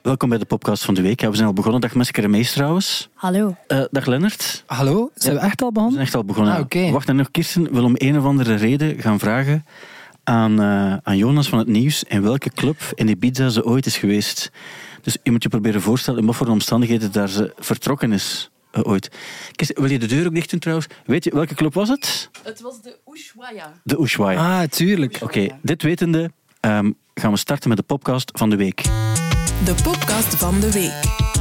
Welkom bij de podcast van de week. We zijn al begonnen. Dag Mesker en Mees trouwens. Hallo. Dag Lennart. Hallo, zijn we echt al begonnen? We zijn echt al begonnen. Okay. Wacht, en nog Kirsten wil om een of andere reden gaan vragen aan Jonas van het nieuws in welke club in Ibiza ze ooit is geweest. Dus je moet je proberen voorstellen in wat voor omstandigheden daar ze vertrokken is ooit. Kirsten, wil je de deur ook dicht doen trouwens? Weet je, welke club was het? Het was de Ushuaia. De Ushuaia. Ah, tuurlijk. Oké, dit wetende gaan we starten met de podcast van de week. De podcast van de week.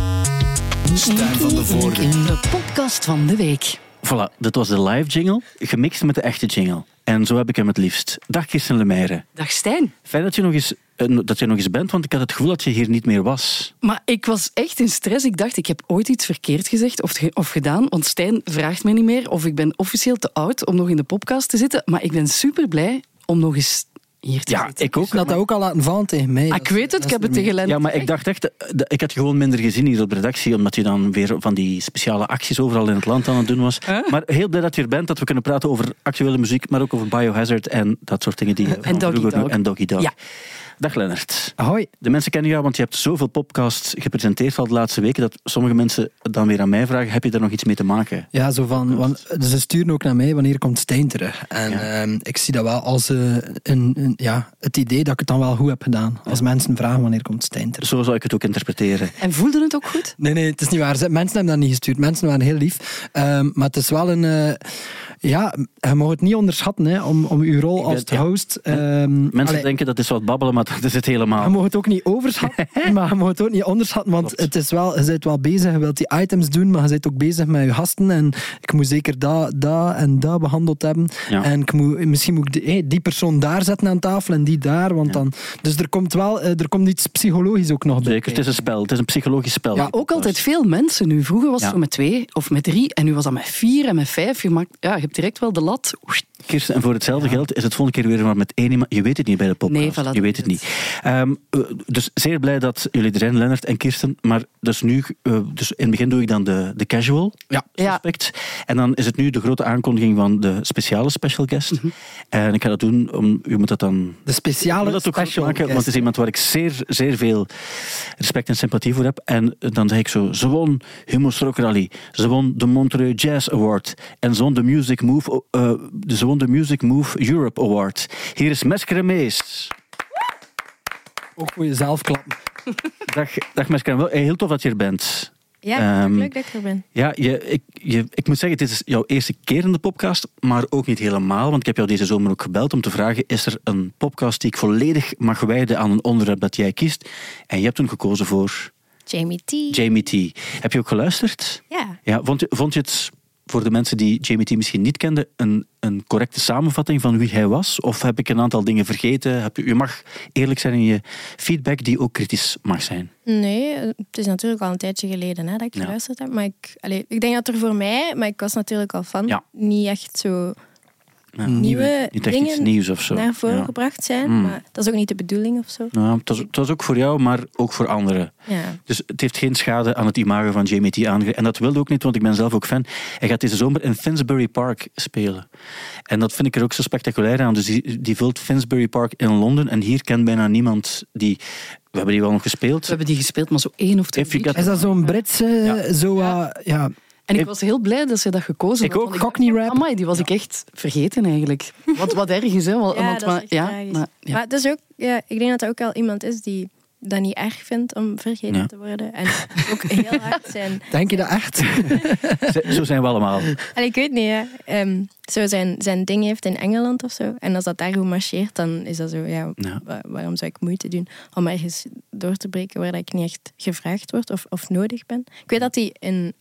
Stijn van de Voorde. De podcast van de week. Voilà, dit was de live jingle, gemixt met de echte jingle. En zo heb ik hem het liefst. Dag Kirsten Lemeyre. Dag Stijn. Fijn dat je nog eens bent, want ik had het gevoel dat je hier niet meer was. Maar ik was echt in stress. Ik dacht, ik heb ooit iets verkeerd gezegd of gedaan. Want Stijn vraagt mij niet meer of ik ben officieel te oud om nog in de podcast te zitten. Maar ik ben super blij om nog eens hier te zitten. Ik ook. Ik had dat ook al laten vallen tegen mij. Ik weet het, ik heb het tegen Lennart. Ja, maar ik dacht echt, ik had je gewoon minder gezien hier op de redactie, omdat je dan weer van die speciale acties overal in het land aan het doen was. Maar heel blij dat je er bent, dat we kunnen praten over actuele muziek, maar ook over Biohazard en dat soort dingen die En Doggy Dog. En Doggy Dog. Ja. Dag Lennart. Hoi. De mensen kennen jou, want je hebt zoveel podcasts gepresenteerd al de laatste weken, dat sommige mensen dan weer aan mij vragen, heb je daar nog iets mee te maken? Ja, zo van, want ze sturen ook naar mij wanneer komt Stijn terug. En ik zie dat wel als het idee dat ik het dan wel goed heb gedaan. Als mensen vragen wanneer komt Stijn terug. Zo zou ik het ook interpreteren. En voelde het ook goed? Nee, het is niet waar. Mensen hebben dat niet gestuurd. Mensen waren heel lief. Maar het is wel een... je mag het niet onderschatten, hè, om uw rol als host... Mensen denken dat is wat babbelen, maar dat is het helemaal. Je mag het ook niet overschatten, maar je mag het ook niet onderschatten, want het is wel, je bent wel bezig, je wilt die items doen, maar je bent ook bezig met je gasten en ik moet zeker dat en dat behandeld hebben. Ja. En misschien moet ik die persoon daar zetten aan tafel en die daar, want dan... Dus er komt iets psychologisch ook nog bij. Zeker, het is een spel, het is een psychologisch spel. Ja, ook altijd veel mensen nu. Vroeger was het zo met 2 of met 3 en nu was dat met 4 en met 5. Je hebt direct wel de lat. Kirsten, en voor hetzelfde geld is het volgende keer weer maar met 1 iemand. Je weet het niet bij de podcast. Nee, voilà, je weet het niet. Dus zeer blij dat jullie er zijn, Lennart en Kirsten. Maar dus nu, dus in het begin doe ik dan de casual suspect. En dan is het nu de grote aankondiging van de speciale special guest. Mm-hmm. En ik ga dat doen, je moet dat dan... De speciale special maken, want het is iemand waar ik zeer, zeer veel respect en sympathie voor heb. En dan zeg ik zo, ze won Humo's Rock Rally, ze won de Montreux Jazz Award en ze won de Music Move Europe Award. Hier is Mesker en Mees. Ook voor jezelf klappen. Dag Mesker, heel tof dat je er bent. Ja, leuk dat ik er ben. Ja, ik moet zeggen, dit is jouw eerste keer in de podcast, maar ook niet helemaal, want ik heb jou deze zomer ook gebeld om te vragen, is er een podcast die ik volledig mag wijden aan een onderwerp dat jij kiest? En je hebt toen gekozen voor... Jamie T. Heb je ook geluisterd? Ja. Vond je het... Voor de mensen die Jamie T misschien niet kenden, een correcte samenvatting van wie hij was? Of heb ik een aantal dingen vergeten? Je mag eerlijk zijn in je feedback die ook kritisch mag zijn. Nee, het is natuurlijk al een tijdje geleden dat ik geluisterd heb. Maar ik denk dat er voor mij, maar ik was natuurlijk al fan, niet echt zo nieuwe niet echt dingen iets nieuws of zo naar voren gebracht zijn. Maar dat is ook niet de bedoeling of zo. Nou, het was ook voor jou, maar ook voor anderen. Ja. Dus het heeft geen schade aan het imago van Jamie T aangegeven. En dat wilde ook niet, want ik ben zelf ook fan. Hij gaat deze zomer in Finsbury Park spelen. En dat vind ik er ook zo spectaculair aan. Dus die vult Finsbury Park in Londen. En hier kent bijna niemand die... We hebben die wel nog gespeeld. We hebben die gespeeld, maar zo 1 of 2 keer. Is dat zo'n Britse... En ik was heel blij dat ze dat gekozen had. Ik ook, Cockney rap. Amai, die was ik echt vergeten eigenlijk. Wat erg is, hè. Dat is echt maar het is ook, ik denk dat er ook wel iemand is die dat niet erg vindt om vergeten te worden. En ook heel hard zijn... Denk je dat echt? Zo zijn we allemaal. En ik weet niet, zo zijn ding heeft in Engeland of zo. En als dat daar goed marcheert, dan is dat zo... Waarom zou ik moeite doen om ergens door te breken waar ik niet echt gevraagd word of nodig ben? Ik weet dat hij in...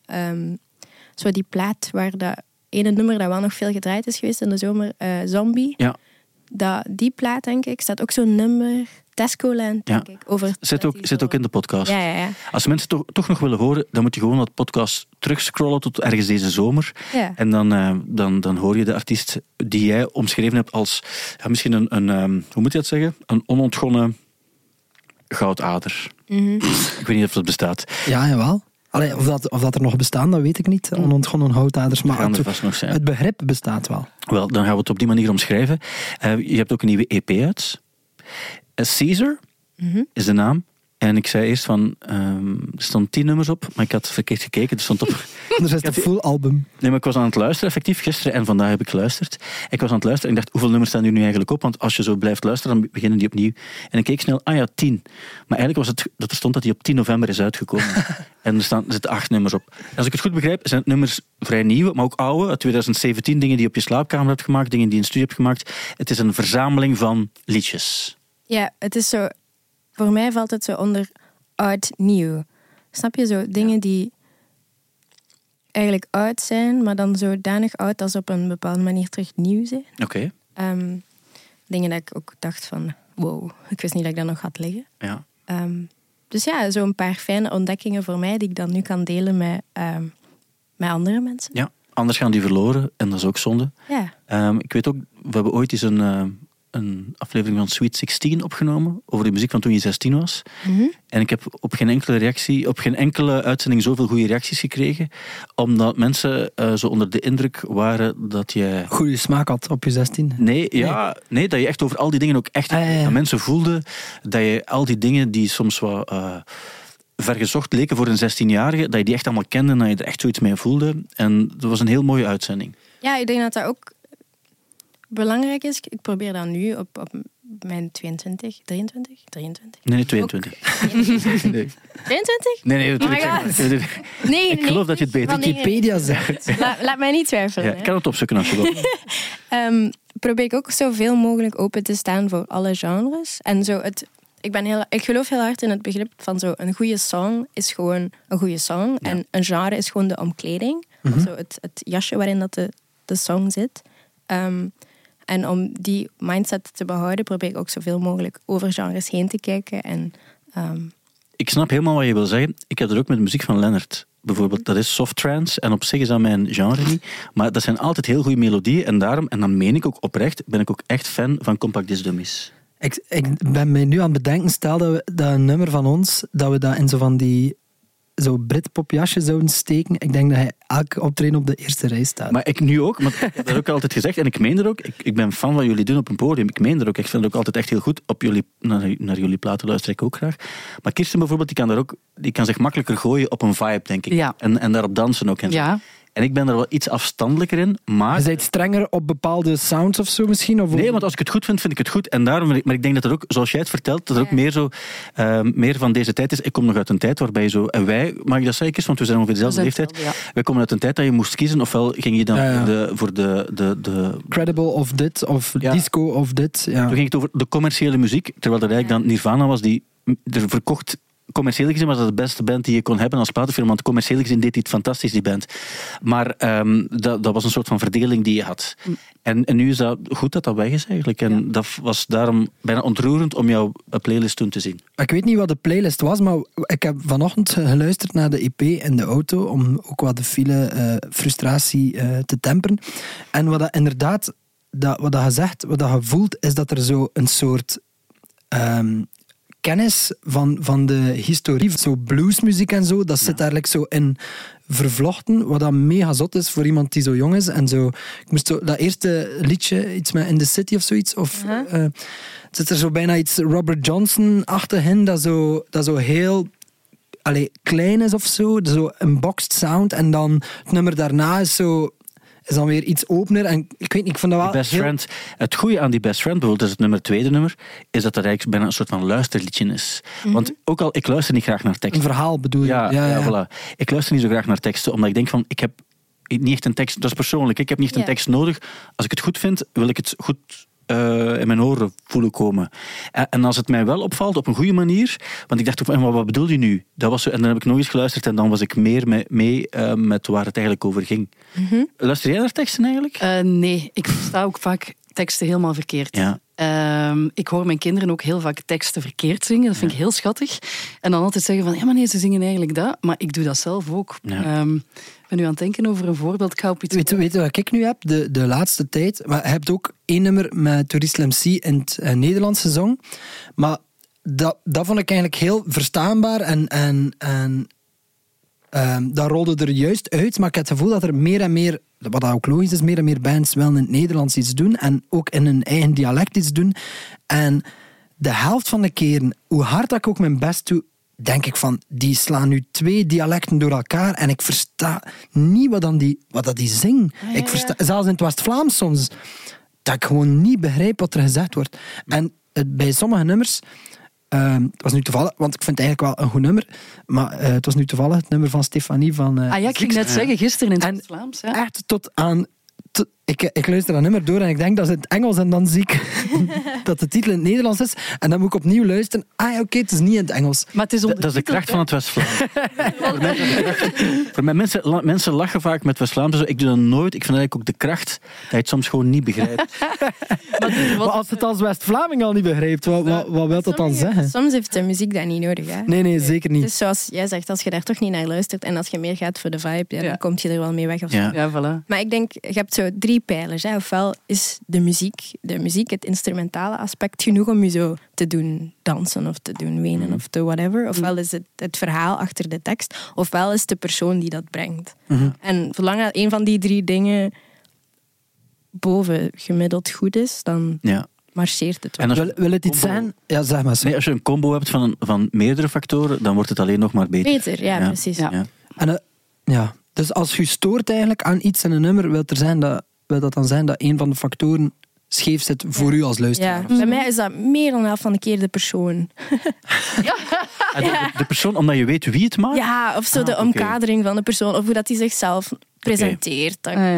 zo die plaat waar dat ene nummer dat wel nog veel gedraaid is geweest in de zomer, Zombie. Ja. Die plaat, denk ik, staat ook zo'n nummer, Tescoland, denk ik. Zit ook in de podcast. Ja. Als mensen toch nog willen horen, dan moet je gewoon dat podcast terugscrollen tot ergens deze zomer. Ja. En dan hoor je de artiest die jij omschreven hebt als misschien een hoe moet je dat zeggen? Een onontgonnen goudader. Mm-hmm. Ik weet niet of dat bestaat. Ja, jawel. Allee, of dat er nog bestaan, dat weet ik niet. Onontgonnen houtaders. Maar het begrip bestaat wel. Wel, dan gaan we het op die manier omschrijven. Je hebt ook een nieuwe EP uit. Caesar is de naam. En ik zei eerst van, er stonden 10 nummers op, maar ik had verkeerd gekeken. Er stond op... Anders is het een full album. Nee, maar ik was aan het luisteren, effectief. Gisteren en vandaag heb ik geluisterd. Ik was aan het luisteren en ik dacht, hoeveel nummers staan er nu eigenlijk op? Want als je zo blijft luisteren, dan beginnen die opnieuw. En ik keek snel, 10. Maar eigenlijk was het dat er stond dat die op 10 november is uitgekomen. En er zitten 8 nummers op. En als ik het goed begrijp, zijn het nummers vrij nieuwe, maar ook oude. Uit 2017, dingen die je op je slaapkamer hebt gemaakt, dingen die je in studie hebt gemaakt. Het is een verzameling van liedjes. Ja, het is zo... Voor mij valt het zo onder oud-nieuw. Snap je? Zo dingen die eigenlijk oud zijn, maar dan zodanig oud als op een bepaalde manier terug nieuw zijn. Oké. Dingen dat ik ook dacht van, wow, ik wist niet dat ik dat nog had liggen. Ja. Dus ja, zo'n paar fijne ontdekkingen voor mij die ik dan nu kan delen met andere mensen. Ja, anders gaan die verloren en dat is ook zonde. Ja. Ik weet ook, we hebben ooit eens een aflevering van Sweet 16 opgenomen over de muziek van toen je 16 was. Mm-hmm. En ik heb op geen enkele uitzending zoveel goede reacties gekregen, omdat mensen zo onder de indruk waren dat je... Goede smaak had op je 16. Nee, dat je echt over al die dingen ook echt... Dat mensen voelden dat je al die dingen die soms wat... vergezocht leken voor een 16-jarige, dat je die echt allemaal kende en dat je er echt zoiets mee voelde. En dat was een heel mooie uitzending. Ja, ik denk dat dat ook belangrijk is. Ik probeer dat nu op mijn 23. Nee, 22. Ook, 22? Nee, Oh my God. Nee, ik geloof dat je het beter... Wikipedia zegt. Laat mij niet twijfelen. Ja, ik kan het opzoeken als je wilt. Probeer ik ook zoveel mogelijk open te staan voor alle genres. En zo ik geloof heel hard in het begrip van zo een goede song is gewoon een goede song. Ja. En een genre is gewoon de omkleding. Mm-hmm. Zo het jasje waarin dat de song zit. En om die mindset te behouden, probeer ik ook zoveel mogelijk over genres heen te kijken. En, Ik snap helemaal wat je wil zeggen. Ik heb er ook met de muziek van Leonard. Bijvoorbeeld, dat is soft trance. En op zich is dat mijn genre niet. Maar dat zijn altijd heel goede melodieën. En daarom, en dan meen ik ook oprecht, ben ik ook echt fan van Compact Disc Dummies. Ik ben me nu aan het bedenken, stel dat we dat een nummer van ons, dat we dat in zo van die Britpop jasje zouden steken. Ik denk dat hij elke optreden op de eerste rij staat. Maar ik nu ook, maar ik heb dat ook altijd gezegd. En ik meen er ook. Ik ben fan van jullie doen op een podium. Ik meen er ook. Ik vind het ook altijd echt heel goed. Naar jullie platen luister ik ook graag. Maar Kirsten bijvoorbeeld, die kan zich makkelijker gooien op een vibe, denk ik. Ja. En daarop dansen ook. En, ja. En ik ben er wel iets afstandelijker in, maar... Je bent strenger op bepaalde sounds of zo misschien? Of nee, want als ik het goed vind, vind ik het goed. En daarom, maar ik denk dat er ook, zoals jij het vertelt, dat er ook meer van deze tijd is. Ik kom nog uit een tijd waarbij je zo... En wij, mag ik dat zeggen, want we zijn ongeveer dezelfde leeftijd. Ja. Wij komen uit een tijd dat je moest kiezen, ofwel ging je dan voor de... Credible of dit, of disco of dit. Ja. Toen ging het over de commerciële muziek, terwijl dat eigenlijk dan Nirvana was die er verkocht... Commercieel gezien was dat de beste band die je kon hebben als platenfirma, want commercieel gezien deed hij het fantastisch, die band. Maar dat was een soort van verdeling die je had. En nu is dat goed dat weg is eigenlijk. En dat was daarom bijna ontroerend om jouw playlist toen te zien. Ik weet niet wat de playlist was, maar ik heb vanochtend geluisterd naar de EP in de auto om ook wat de file frustratie te temperen. En wat dat inderdaad, wat dat je zegt, wat dat je voelt, is dat er zo een soort... kennis van de historie, zo bluesmuziek en zo, dat zit eigenlijk zo in vervlochten, wat dan mega zot is voor iemand die zo jong is. En zo, ik moest zo, dat eerste liedje, iets met In the City of zoiets, of zit er zo bijna iets Robert Johnson-achtig in, dat zo heel klein is of zo een boxed sound, en dan het nummer daarna is dan weer iets opener. En ik weet niet, ik vond dat wel... Best Friend, het goede aan die Best Friend, bijvoorbeeld, dat is het tweede nummer, is dat er eigenlijk bijna een soort van luisterliedje is. Mm-hmm. Want ook al, ik luister niet graag naar teksten. Een verhaal bedoel je? Ja, voilà. Ik luister niet zo graag naar teksten, omdat ik denk van, ik heb niet echt een tekst, dat is persoonlijk, ik heb niet echt een tekst nodig. Als ik het goed vind, wil ik het goed in mijn oren voelen komen. En als het mij wel opvalt, op een goede manier, want ik dacht, wat bedoel je nu? Dat was zo, en dan heb ik nog eens geluisterd en dan was ik meer mee met waar het eigenlijk over ging. Mm-hmm. Luister jij naar teksten eigenlijk? Nee, ik versta ook vaak teksten helemaal verkeerd. Ja. Ik hoor mijn kinderen ook heel vaak teksten verkeerd zingen. Dat vind ik heel schattig. En dan altijd zeggen van, ja maar nee, ze zingen eigenlijk dat. Maar ik doe dat zelf ook. Ja. Ik ben nu aan het denken over een voorbeeld. Ik ga op iets... Weet je wat ik nu heb? De laatste tijd. Maar je hebt ook één nummer met Tourist MC in het Nederlandse zong. Maar dat vond ik eigenlijk heel verstaanbaar. En dat rolde er juist uit. Maar ik heb het gevoel dat er meer en meer, wat ook logisch is, meer en meer bands wel in het Nederlands iets doen. En ook in hun eigen dialect iets doen. En de helft van de keren, hoe hard ik ook mijn best doe, denk ik van, die slaan nu 2 dialecten door elkaar en ik versta niet wat dat die zingen. Ik versta, zelfs in het West-Vlaams soms, dat ik gewoon niet begrijp wat er gezegd wordt. En bij sommige nummers, het was nu toevallig, want ik vind het eigenlijk wel een goed nummer, maar het was nu toevallig het nummer van Stefanie van... ik ging net zeggen, gisteren in het Vlaams. Ja. Echt tot aan... Ik luister dat nummer door en ik denk dat het in het Engels en dan zie ik dat de titel in het Nederlands is en dan moet ik opnieuw luisteren. Oké, het is niet in het Engels. Maar het is dat is de kracht van het West-Vlaams. Voor mij, mensen lachen vaak met West-Vlaams. Ik doe dat nooit. Ik vind eigenlijk ook de kracht dat je het soms gewoon niet begrijpt. Maar als het als West-Vlaming al niet begrijpt, wat wil dat dan zeggen? Soms heeft de muziek dat niet nodig. Hè? Nee, zeker niet. Dus zoals jij zegt, als je daar toch niet naar luistert en als je meer gaat voor de vibe, dan kom je er wel mee weg. Of zo. Ja, voilà. Maar ik denk, je hebt zo 3 pijlers. Hè. Ofwel is de muziek, het instrumentale aspect, genoeg om je zo te doen dansen of te doen wenen of te whatever. Ofwel is het verhaal achter de tekst, ofwel is de persoon die dat brengt. En zolang dat een van die 3 dingen boven gemiddeld goed is, dan marcheert het wel. En wil het iets zijn? Ja, zeg maar. Nee, als je een combo hebt van meerdere factoren, dan wordt het alleen nog maar beter. Beter, ja. Precies. Ja. En, dus als je stoort eigenlijk aan iets in een nummer, wil dat dan zijn dat een van de factoren scheef zit voor u als luisteraar? Ja, bij mij is dat meer dan de helft van de keer de persoon. De persoon, omdat je weet wie het maakt? Ja, of zo de omkadering van de persoon, of hoe dat hij zichzelf presenteert.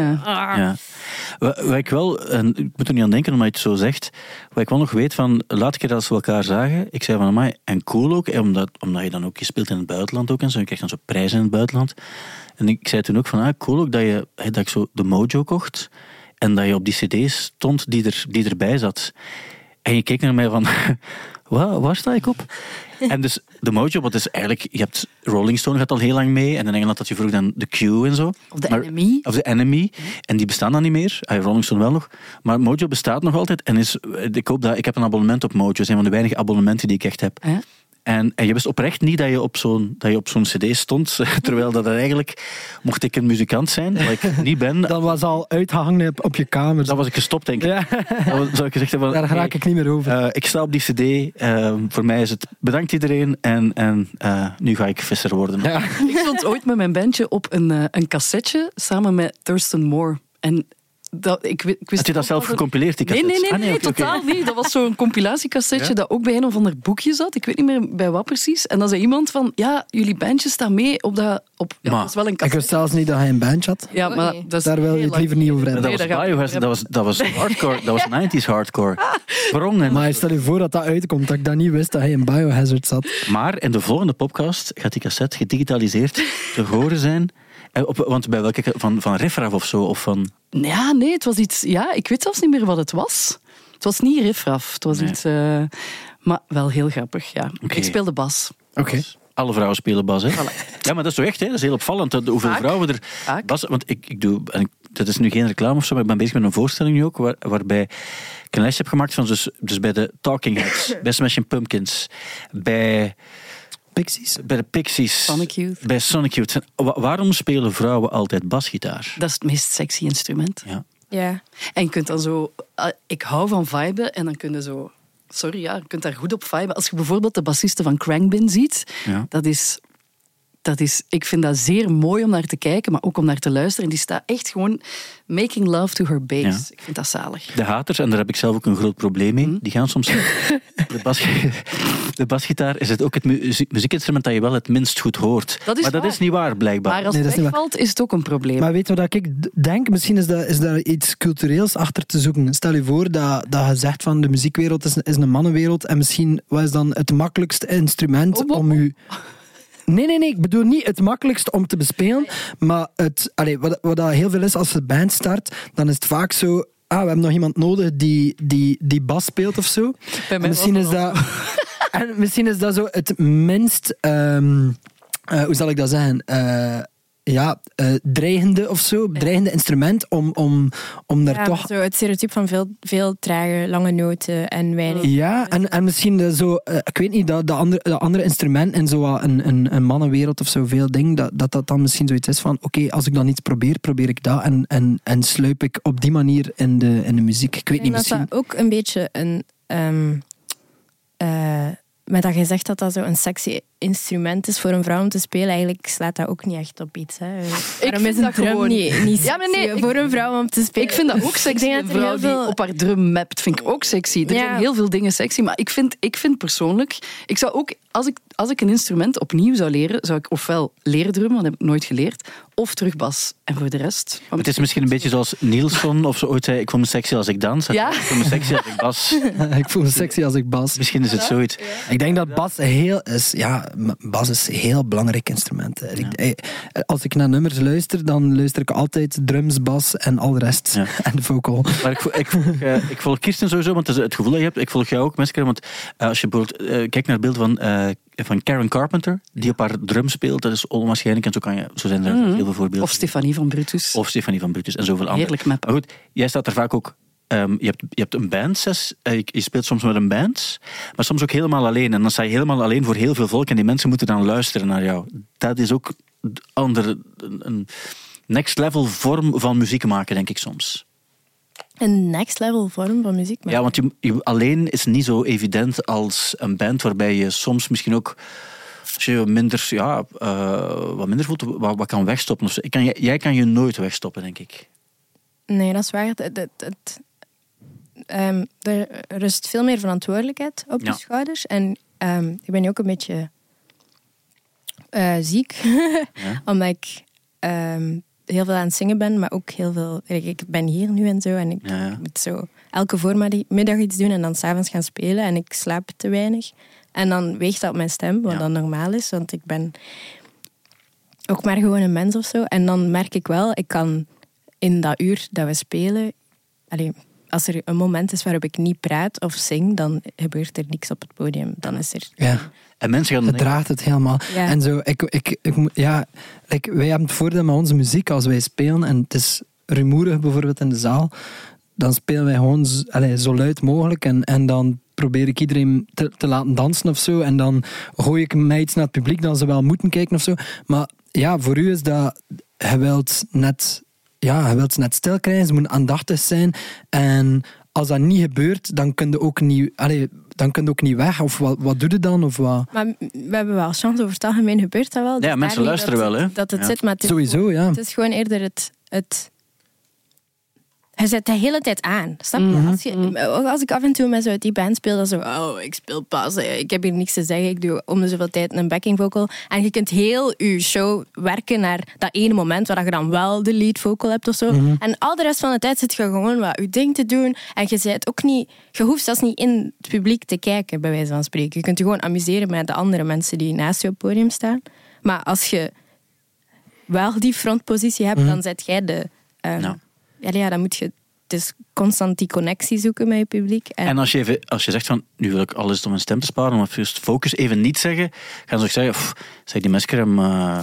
Ja. Wat ik wel, en ik moet er niet aan denken omdat je het zo zegt, wat ik wel nog weet van, laatste keer dat we elkaar zagen, ik zei van, amai, en cool ook, omdat je dan ook, je speelt in het buitenland ook en zo, je krijgt dan zo prijzen in het buitenland. En ik zei toen ook van, cool ook dat ik zo de Mojo kocht en dat je op die cd stond die erbij zat. En je keek naar mij van, waar sta ik op? En dus de Mojo, wat is eigenlijk, je hebt Rolling Stone gaat al heel lang mee en in Engeland had je vroeger dan de Q en zo. Of de Enemy. Of de Enemy. En die bestaan dan niet meer. Rolling Stone wel nog. Maar Mojo bestaat nog altijd en ik heb een abonnement op Mojo. Dat is een van de weinige abonnementen die ik echt heb. Ja. En je wist oprecht niet dat je op zo'n cd stond, terwijl dat eigenlijk, mocht ik een muzikant zijn, wat ik niet ben... Dat was al uitgehangen op je kamer. Dan was ik gestopt, denk ik. Ja. Dan zou ik gezegd hebben... Daar raak ik niet meer over. Ik sta op die cd, voor mij is het bedankt iedereen en nu ga ik visser worden. Ja. Ik stond ooit met mijn bandje op een cassetje samen met Thurston Moore. En ik wist had je dat zelf gecompileerd, die cassette? Nee, totaal niet. Dat was zo'n compilatiecassetje dat ook bij een of ander boekje zat. Ik weet niet meer bij wat precies. En dan zei iemand van, jullie bandje staat mee op dat... dat was wel een cassette. Ik wist zelfs niet dat hij een bandje had. Ja, maar daar wil je het liever niet over hebben. Dat was Biohazard, dat was hardcore, dat was 90s hardcore. Sprongen. Maar stel je voor dat uitkomt, dat ik dat niet wist dat hij in Biohazard zat. Maar in de volgende podcast gaat die cassette gedigitaliseerd te horen zijn. Want bij welke? Van Riffraff of zo? Of van... Ja, nee, het was iets... Ja, ik weet zelfs niet meer wat het was. Het was niet Riffraff. Het was iets... maar wel heel grappig, ja. Okay. Ik speelde bas. Oké. Alle vrouwen spelen bas, hè? Voilà. Ja, maar dat is toch echt, hè? Dat is heel opvallend, hoeveel vrouwen er... Bas, want ik doe... En dat is nu geen reclame of zo, maar ik ben bezig met een voorstelling nu ook, waarbij ik een lijst heb gemaakt van... Dus bij de Talking Heads, bij Smashing Pumpkins, bij de Pixies, Sonic Youth. Bij Sonic Youth. Waarom spelen vrouwen altijd basgitaar? Dat is het meest sexy instrument. Ja. En je kunt dan zo... Ik hou van viben en dan kun je zo... Sorry, je kunt daar goed op viben. Als je bijvoorbeeld de bassiste van Crankbin ziet, dat is... Ik vind dat zeer mooi om naar te kijken, maar ook om naar te luisteren. En die staat echt gewoon making love to her bass. Ja. Ik vind dat zalig. De haters, en daar heb ik zelf ook een groot probleem mee, die gaan soms... De basgitaar is het ook het muziekinstrument dat je wel het minst goed hoort. Dat is niet waar, blijkbaar. Maar als het wegvalt, is het ook een probleem. Maar weet je wat ik denk? Misschien is daar iets cultureels achter te zoeken. Stel je voor dat je zegt van de muziekwereld is een mannenwereld en misschien wat is dan het makkelijkste instrument om je... Nee, ik bedoel niet het makkelijkst om te bespelen, maar wat heel veel is als de band start, dan is het vaak zo, we hebben nog iemand nodig die bas speelt of zo. En misschien is dat zo het minst, hoe zal ik dat zeggen, dreigende of zo, dreigende instrument om daar toch... Zo het stereotype van veel trage, lange noten en weinig... Ja, en misschien zo, ik weet niet, dat andere instrument in zo een mannenwereld of zo veel ding, dat dan misschien zoiets is van, oké, als ik dan iets probeer ik dat en sluip ik op die manier in de muziek. Ik weet niet, misschien... Dat ook een beetje een... met dat je zegt dat zo een sexy instrument is voor een vrouw om te spelen, eigenlijk slaat dat ook niet echt op iets. Hè. Waarom vind is een dat drum gewoon niet Ja, maar nee, voor een vrouw om te spelen? Ik vind dat ook sexy. Ik denk Een dat er vrouw heel veel- die op haar drum mapt, vind ik ook sexy. Er zijn heel veel dingen sexy, maar ik vind persoonlijk... Ik zou ook, als ik een instrument opnieuw zou leren, zou ik ofwel leren drummen, want dat heb ik nooit geleerd, of terug bas. En voor de rest... Het is misschien een beetje zoals Nielsen of zo ooit zei, ik voel me sexy als ik dans. Ja. Ik voel me sexy als ik bas. Ik voel me sexy als ik bas. Misschien is het zoiets. Ik denk dat bas bas is een heel belangrijk instrument. Hè. Als ik naar nummers luister, dan luister ik altijd drums, bas en al de rest. Ja. En de vocal. Maar ik volg Kirsten sowieso, want het is het gevoel dat je hebt. Ik volg jou ook, mensen. Want als je bijvoorbeeld kijkt naar het beeld van Karen Carpenter, die op haar drum speelt, dat is onwaarschijnlijk. En zo zijn er heel veel voorbeelden. Of Stefanie van Brutus. Of Stefanie van Brutus en zoveel anderen. Heerlijk map. Maar goed, jij staat er vaak ook... Je hebt een band, je speelt soms met een band, maar soms ook helemaal alleen. En dan sta je helemaal alleen voor heel veel volk en die mensen moeten dan luisteren naar jou. Dat is ook een next level vorm van muziek maken, denk ik soms. Een next level vorm van muziek maken. Ja, want je alleen is niet zo evident als een band waarbij je soms misschien ook... Als je wat minder voelt, wat kan wegstoppen. Of zo. Jij kan je nooit wegstoppen, denk ik. Nee, dat is waar. Er rust veel meer verantwoordelijkheid op je schouders. En ik ben nu ook een beetje ziek. Omdat ik heel veel aan het zingen ben, maar ook heel veel... Ik ben hier nu en zo. En ik moet zo elke voormiddag iets doen en dan 's avonds gaan spelen. En ik slaap te weinig. En dan weegt dat op mijn stem, wat dan normaal is. Want ik ben ook maar gewoon een mens of zo. En dan merk ik wel, ik kan in dat uur dat we spelen... Als er een moment is waarop ik niet praat of zing, dan gebeurt er niks op het podium. Dan is er... Ja. En mensen gaan... Het draagt het helemaal. Ja. En zo, wij hebben het voordeel met onze muziek, als wij spelen, en het is rumoerig bijvoorbeeld in de zaal, dan spelen wij gewoon zo luid mogelijk en dan probeer ik iedereen te laten dansen of zo, en dan gooi ik mij iets naar het publiek dat ze wel moeten kijken of zo. Maar ja, voor u is dat... Je wilt net stil krijgen, ze moeten aandachtig zijn. En als dat niet gebeurt, dan kun je ook niet weg. Of wat doe je dan? Of wat? Maar we hebben wel chance, over het algemeen gebeurt dat wel. Ja, mensen luisteren wel, hè. Dat het zit, maar het is, Sowieso, ja. Het is gewoon eerder het... Hij zet de hele tijd aan. Snap je? Als ik af en toe met zo die band speel, dan zo... ik speel pas, ik heb hier niks te zeggen. Ik doe om de zoveel tijd een backing vocal. En je kunt heel je show werken naar dat ene moment waar je dan wel de lead vocal hebt of zo. En al de rest van de tijd zit je gewoon wat je ding te doen. En je hoeft zelfs niet in het publiek te kijken, bij wijze van spreken. Je kunt je gewoon amuseren met de andere mensen die naast je op het podium staan. Maar als je wel die frontpositie hebt, dan zet jij de... dan moet je dus constant die connectie zoeken met je publiek. En als je zegt van, nu wil ik alles om mijn stem te sparen, om even focus even niet zeggen, gaan ze ook zeggen, zeg die meskerem,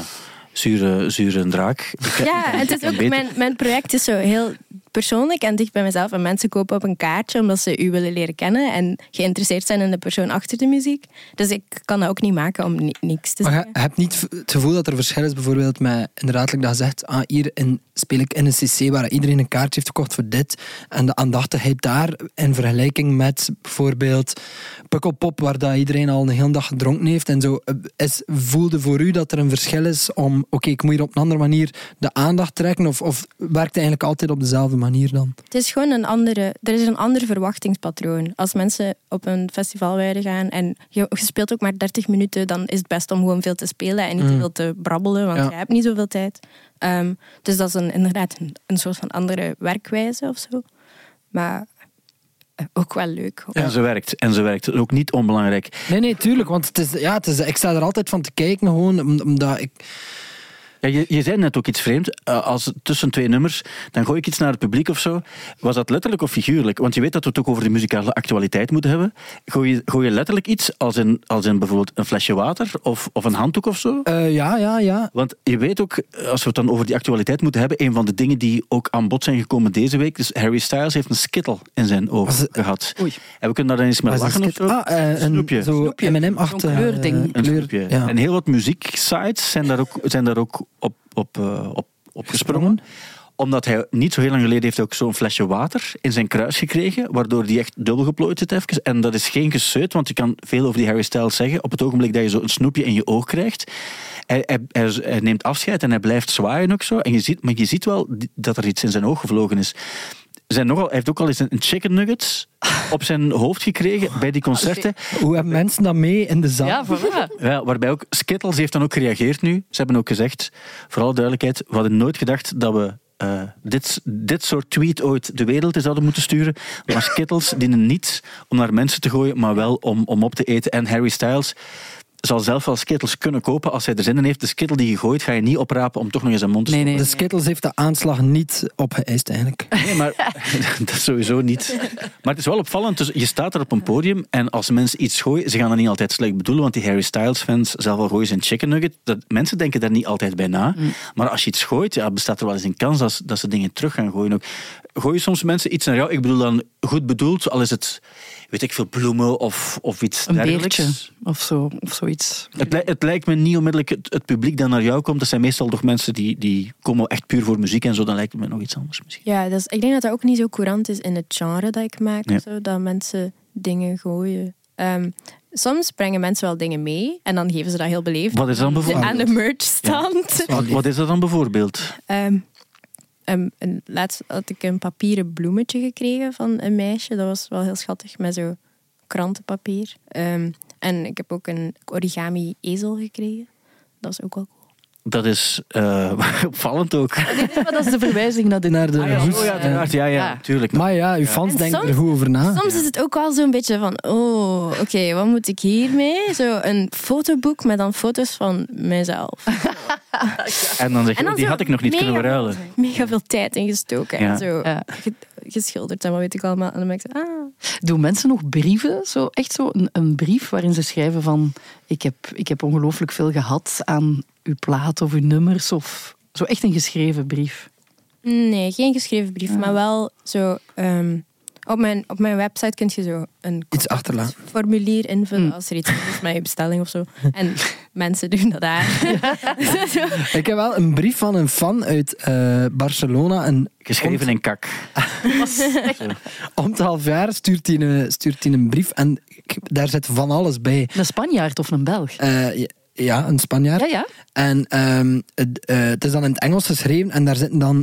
zure draak. Het is ook, mijn project is zo heel persoonlijk en dicht bij mezelf. En mensen kopen op een kaartje omdat ze u willen leren kennen en geïnteresseerd zijn in de persoon achter de muziek. Dus ik kan dat ook niet maken om niks te zeggen. Maar je hebt niet het gevoel dat er verschil is bijvoorbeeld met, inderdaad, like dat zegt, hier speel ik in een cc waar iedereen een kaartje heeft gekocht voor dit. En de aandachtigheid daar in vergelijking met bijvoorbeeld Pukkelpop, waar dat iedereen al een hele dag gedronken heeft. En zo, voelde voor u dat er een verschil is om, ik moet hier op een andere manier de aandacht trekken? Of werkt het eigenlijk altijd op dezelfde manier dan? Het is gewoon er is een ander verwachtingspatroon. Als mensen op een festivalweide gaan en je speelt ook maar 30 minuten, dan is het best om gewoon veel te spelen en niet te veel te brabbelen, want je hebt niet zoveel tijd. Dus dat is inderdaad een soort van andere werkwijze of zo. Maar ook wel leuk. En ze werkt. Ook niet onbelangrijk. Nee, tuurlijk. Want ik sta er altijd van te kijken, gewoon omdat ik... Ja, je zei net ook iets vreemd. Als tussen twee nummers, dan gooi ik iets naar het publiek of zo. Was dat letterlijk of figuurlijk? Want je weet dat we het ook over de muzikale actualiteit moeten hebben. Gooi je letterlijk iets als in bijvoorbeeld een flesje water of een handdoek of zo? Ja. Want je weet ook, als we het dan over die actualiteit moeten hebben, een van de dingen die ook aan bod zijn gekomen deze week, dus Harry Styles heeft een skittle in zijn ogen gehad. Oei. En we kunnen daar dan eens mee lachen of zo. Een snoepje. Zo M&M-achtig kleurding. Een snoepje. Ja. En heel wat muzieksites zijn daar ook op gesprongen. Omdat hij niet zo heel lang geleden heeft ook zo'n flesje water in zijn kruis gekregen, waardoor die echt dubbel geplooid zit even. En dat is geen gezeut, want je kan veel over die Harry Styles zeggen. Op het ogenblik dat je zo een snoepje in je oog krijgt, hij neemt afscheid en hij blijft zwaaien ook zo. En je ziet wel dat er iets in zijn oog gevlogen is. Hij heeft ook al eens een chicken nuggets op zijn hoofd gekregen bij die concerten. Hoe hebben mensen dat mee in de zaal? Ja, voilà. Ja, waarbij ook Skittles heeft dan ook gereageerd nu. Ze hebben ook gezegd, voor alle duidelijkheid, we hadden nooit gedacht dat we dit soort tweet ooit de wereld in zouden moeten sturen. Maar Skittles dienen niet om naar mensen te gooien, maar wel om op te eten. En Harry Styles zal zelf wel Skittles kunnen kopen als hij er zin in heeft. De Skittle die je gooit, ga je niet oprapen om toch nog eens een mond te stoppen. De Skittles heeft de aanslag niet opgeëist eigenlijk. Nee, maar dat sowieso niet. Maar het is wel opvallend. Dus je staat er op een podium en als mensen iets gooien, ze gaan dat niet altijd slecht bedoelen, want die Harry Styles fans, zelf al gooien ze een chicken nugget, mensen denken daar niet altijd bij na. Maar als je iets gooit, bestaat er wel eens een kans dat ze dingen terug gaan gooien ook. Gooien soms mensen iets naar jou? Ik bedoel dan goed bedoeld, al is het, weet ik veel, bloemen of iets dergelijks. Een beertje of zoiets. Het lijkt me niet onmiddellijk het publiek dat naar jou komt. Dat zijn meestal toch mensen die komen echt puur voor muziek en zo. Dan lijkt het me nog iets anders misschien. Ja, ik denk dat dat ook niet zo courant is in het genre dat ik maak. Ja. Zo, dat mensen dingen gooien. Soms brengen mensen wel dingen mee en dan geven ze dat heel beleefd. Wat is dan bijvoorbeeld? Aan de merchstand. Ja. Wat is dat dan bijvoorbeeld? Laatst had ik een papieren bloemetje gekregen van een meisje. Dat was wel heel schattig, met zo krantenpapier. En ik heb ook een origami ezel gekregen. Dat is ook wel cool. Dat is opvallend ook. Nee, maar dat is de verwijzing naar de hoes. Ja, tuurlijk. Maar ja, uw fans denken er goed over na. Soms is het ook wel zo'n beetje van, oké, wat moet ik hiermee? Zo een fotoboek met dan foto's van mijzelf. En dan zeg je, die had ik nog niet kunnen verruilen. Mega veel tijd ingestoken. Ja. En zo geschilderd en wat weet ik allemaal. En dan ben ik zo, Doen mensen nog brieven? Echt zo een brief waarin ze schrijven van ik heb ongelooflijk veel gehad aan uw plaat of uw nummers of zo echt een geschreven brief? Nee, geen geschreven brief, maar wel zo. Op mijn website kun je zo een iets achterlaten. Formulier invullen als er iets is met je bestelling of zo. En mensen doen dat daar. Ik heb wel een brief van een fan uit Barcelona. Geschreven in kak. Om het half jaar stuurt hij een brief en daar zit van alles bij. Een Spanjaard of een Belg? Ja, een Spanjaard. Ja. En het is dan in het Engels geschreven en daar zitten dan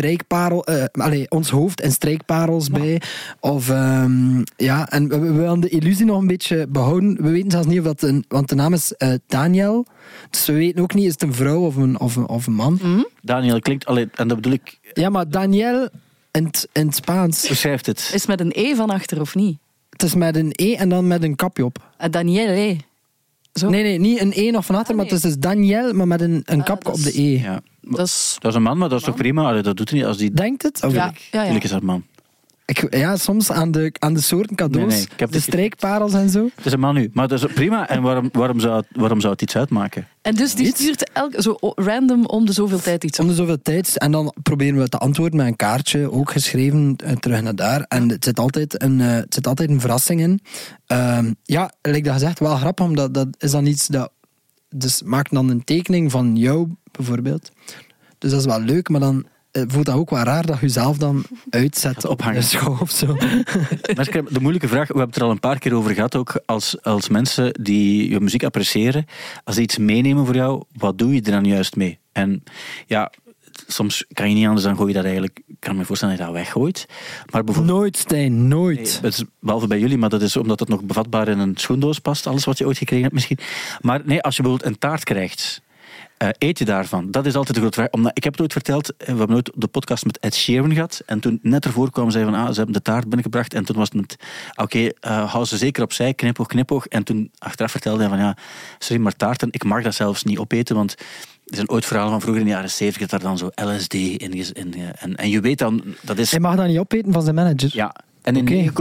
ons hoofd en strijkparels bij. Of en we willen de illusie nog een beetje behouden. We weten zelfs niet of dat want de naam is Daniel. Dus we weten ook niet, is het een vrouw of een man? Mm-hmm. Daniel klinkt, en dat bedoel ik... Ja, maar Daniel in het Spaans... Beschrijft het. Is met een E van achter of niet? Het is met een E en dan met een kapje op. Daniel, Zo? Nee, niet een E nog van achter, maar het is dus Daniel, maar met een kapje op de E. Ja. Dat is een man, maar dat is toch prima? Allee, dat doet hij niet als die... Denkt het? Of ja. Tuurlijk is dat een man. Soms aan de soorten cadeaus, Nee, ik heb de strijkparels en zo. Het is een man nu, maar dat is prima. En waarom zou het iets uitmaken? En dus die stuurt zo random om de zoveel tijd iets op. Om de zoveel tijd. En dan proberen we te antwoorden met een kaartje, ook geschreven, terug naar daar. En het zit altijd een verrassing in. Like dat gezegd, wel grappig, omdat dat is dan iets dat... Dus maak dan een tekening van jou, bijvoorbeeld. Dus dat is wel leuk, maar dan voelt dat ook wel raar dat je zelf dan uitzet op een schouw of zo. De moeilijke vraag, we hebben het er al een paar keer over gehad, ook als mensen die je muziek appreciëren, als ze iets meenemen voor jou, wat doe je er dan juist mee? En ja, soms kan je niet anders dan gooi je dat eigenlijk, ik kan me voorstellen dat je dat weggooit. Maar nooit, Stijn, nooit. Nee, het is, behalve bij jullie, maar dat is omdat het nog bevatbaar in een schoendoos past, alles wat je ooit gekregen hebt misschien. Maar nee, als je bijvoorbeeld een taart krijgt, eet je daarvan? Dat is altijd de grote vraag. Omdat, ik heb het ooit verteld, we hebben ooit de podcast met Ed Sheeran gehad. En toen net ervoor kwam, zei van, ze hebben de taart binnengebracht. En toen was het met, hou ze zeker opzij, knipoog. En toen achteraf vertelde hij van, sorry, maar taarten, ik mag dat zelfs niet opeten, want er zijn ooit verhalen van vroeger in de jaren 70 dat daar dan zo LSD in en je weet dan, dat is... Hij mag dat niet opeten van zijn manager. Ja. En in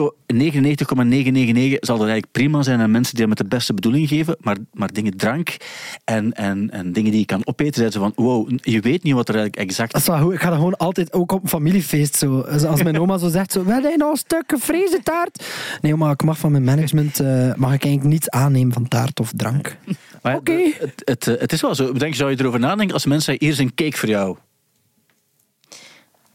99,999 zal dat eigenlijk prima zijn aan mensen die dat met de beste bedoeling geven, maar dingen drank en dingen die je kan opeten, zijn ze van, wow, je weet niet wat er eigenlijk exact... Dat is wel goed. Ik ga dat gewoon altijd, ook op een familiefeest, zo. Als mijn oma zo zegt, wil jij nog een stuk gevreesde taart? Nee, maar ik mag van mijn management, mag ik eigenlijk niets aannemen van taart of drank. Oké. Het is wel zo. Zou je erover nadenken als mensen zeggen, hier is een cake voor jou?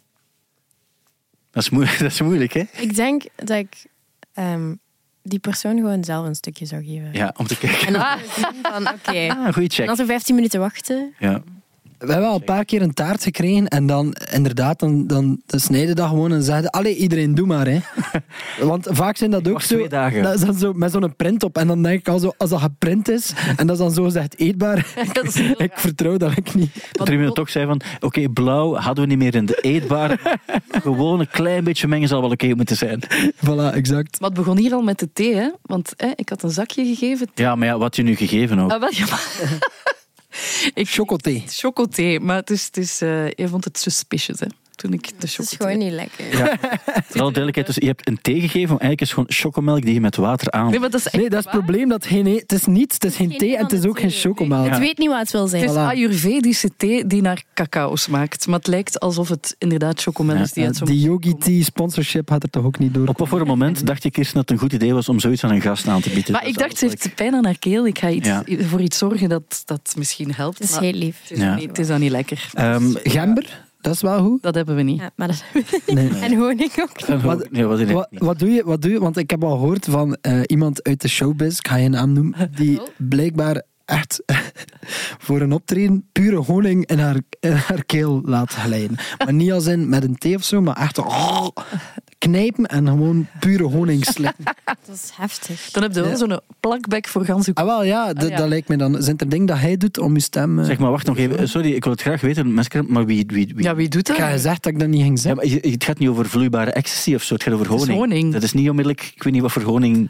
Dat is moeilijk, hè? Ik denk dat ik die persoon gewoon zelf een stukje zou geven. Ja, om te kijken. En dan zien van, oké. Goeie check. En als we 15 minuten wachten... Ja. We hebben al een paar keer een taart gekregen en dan inderdaad, dan snijden dat gewoon en zeggen allee, iedereen doe maar. Hè. Want vaak zijn dat ook wacht zo, 2 dagen. dat is dan zo met zo'n print op en dan denk ik al zo, als dat geprint is en dat is dan zo gezegd eetbaar, ik vertrouw dat ik niet. Dat er iemand toch zei van, oké, blauw hadden we niet meer in de eetbare. Gewoon een klein beetje mengen zal wel oké moeten zijn. Voilà, exact. Maar het begon hier al met de thee, hè? Want ik had een zakje gegeven. Ja, maar ja, wat je nu gegeven ook. Ah, wel, ja, maar... Chocothee. Chocothee, maar het is, je vond het suspicious, hè? Toen ik de Het is chocothee... gewoon niet lekker. Ja. Vooral duidelijkheid, dus je hebt een thee gegeven, maar eigenlijk is het gewoon chocomelk die je met water aan. Nee, maar dat is echt Nee, dat is het probleem. Het is niets, het is geen thee en het is ook geen chocomelk. Het weet niet wat het wil zijn. Het is Voilà. Ayurvedische thee die naar cacao smaakt. Maar het lijkt alsof het inderdaad chocomelk is die uit zo'n... Die Yogi Tea sponsorship had er toch ook niet door. Op wat voor een moment dacht je, Kirsten, dat het een goed idee was om zoiets aan een gast aan te bieden? Maar ik dacht, ze heeft pijn aan haar keel. Ik ga voor iets zorgen dat misschien helpt. Het is maar heel lief. het is dan niet lekker. Gember, dat is wel goed. Dat hebben we niet. Ja, maar dat Nee. En honing ook. Wat doe je? Want ik heb al gehoord van iemand uit de showbiz, ik ga je naam noemen, die blijkbaar echt voor een optreden pure honing in haar keel laat glijden. Maar niet als in met een thee of zo, maar echt knijpen en gewoon pure honing slikken. Dat is heftig. Dan heb je wel zo'n plakbek voor gans uw... Ah wel, ja, dat lijkt me dan. Zijn er dingen dat hij doet om je stem... Zeg maar, wacht nog even. Sorry, ik wil het graag weten, maar wie? Ja, wie doet dat? Ik ga gezegd dat ik dat niet ging Ja, zeggen. maar het gaat niet over vloeibare ecstasy of zo, het gaat over Het is honing. honing. Dat is niet onmiddellijk, ik weet niet wat voor honing...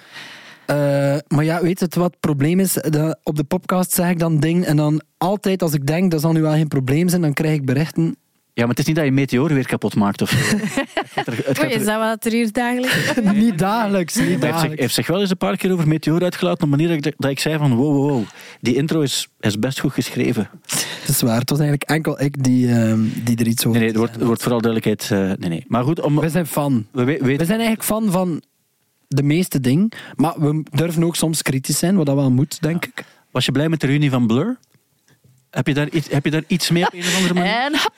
Maar ja, weet je wat het probleem is? Op de podcast zeg ik dan dingen en dan altijd als ik denk dat zal nu wel geen probleem zijn, dan krijg ik berichten. Ja, maar het is niet dat je meteor weer kapot maakt of zo. Oei, is dat wat er hier dagelijks? Niet dagelijks, niet Hij dagelijks. heeft zich wel eens een paar keer over meteor uitgelaten op een manier dat ik zei van wow. Die intro is best goed geschreven. Het is waar, het was eigenlijk enkel ik die er iets over... Nee, er wordt vooral duidelijkheid... nee. Maar goed, We zijn fan. we We weten... zijn eigenlijk fan van de meeste dingen, maar we durven ook soms kritisch zijn, wat dat wel moet, denk ik. Was je blij met de reunie van Blur? Heb je daar iets mee op een of andere manier? En hap.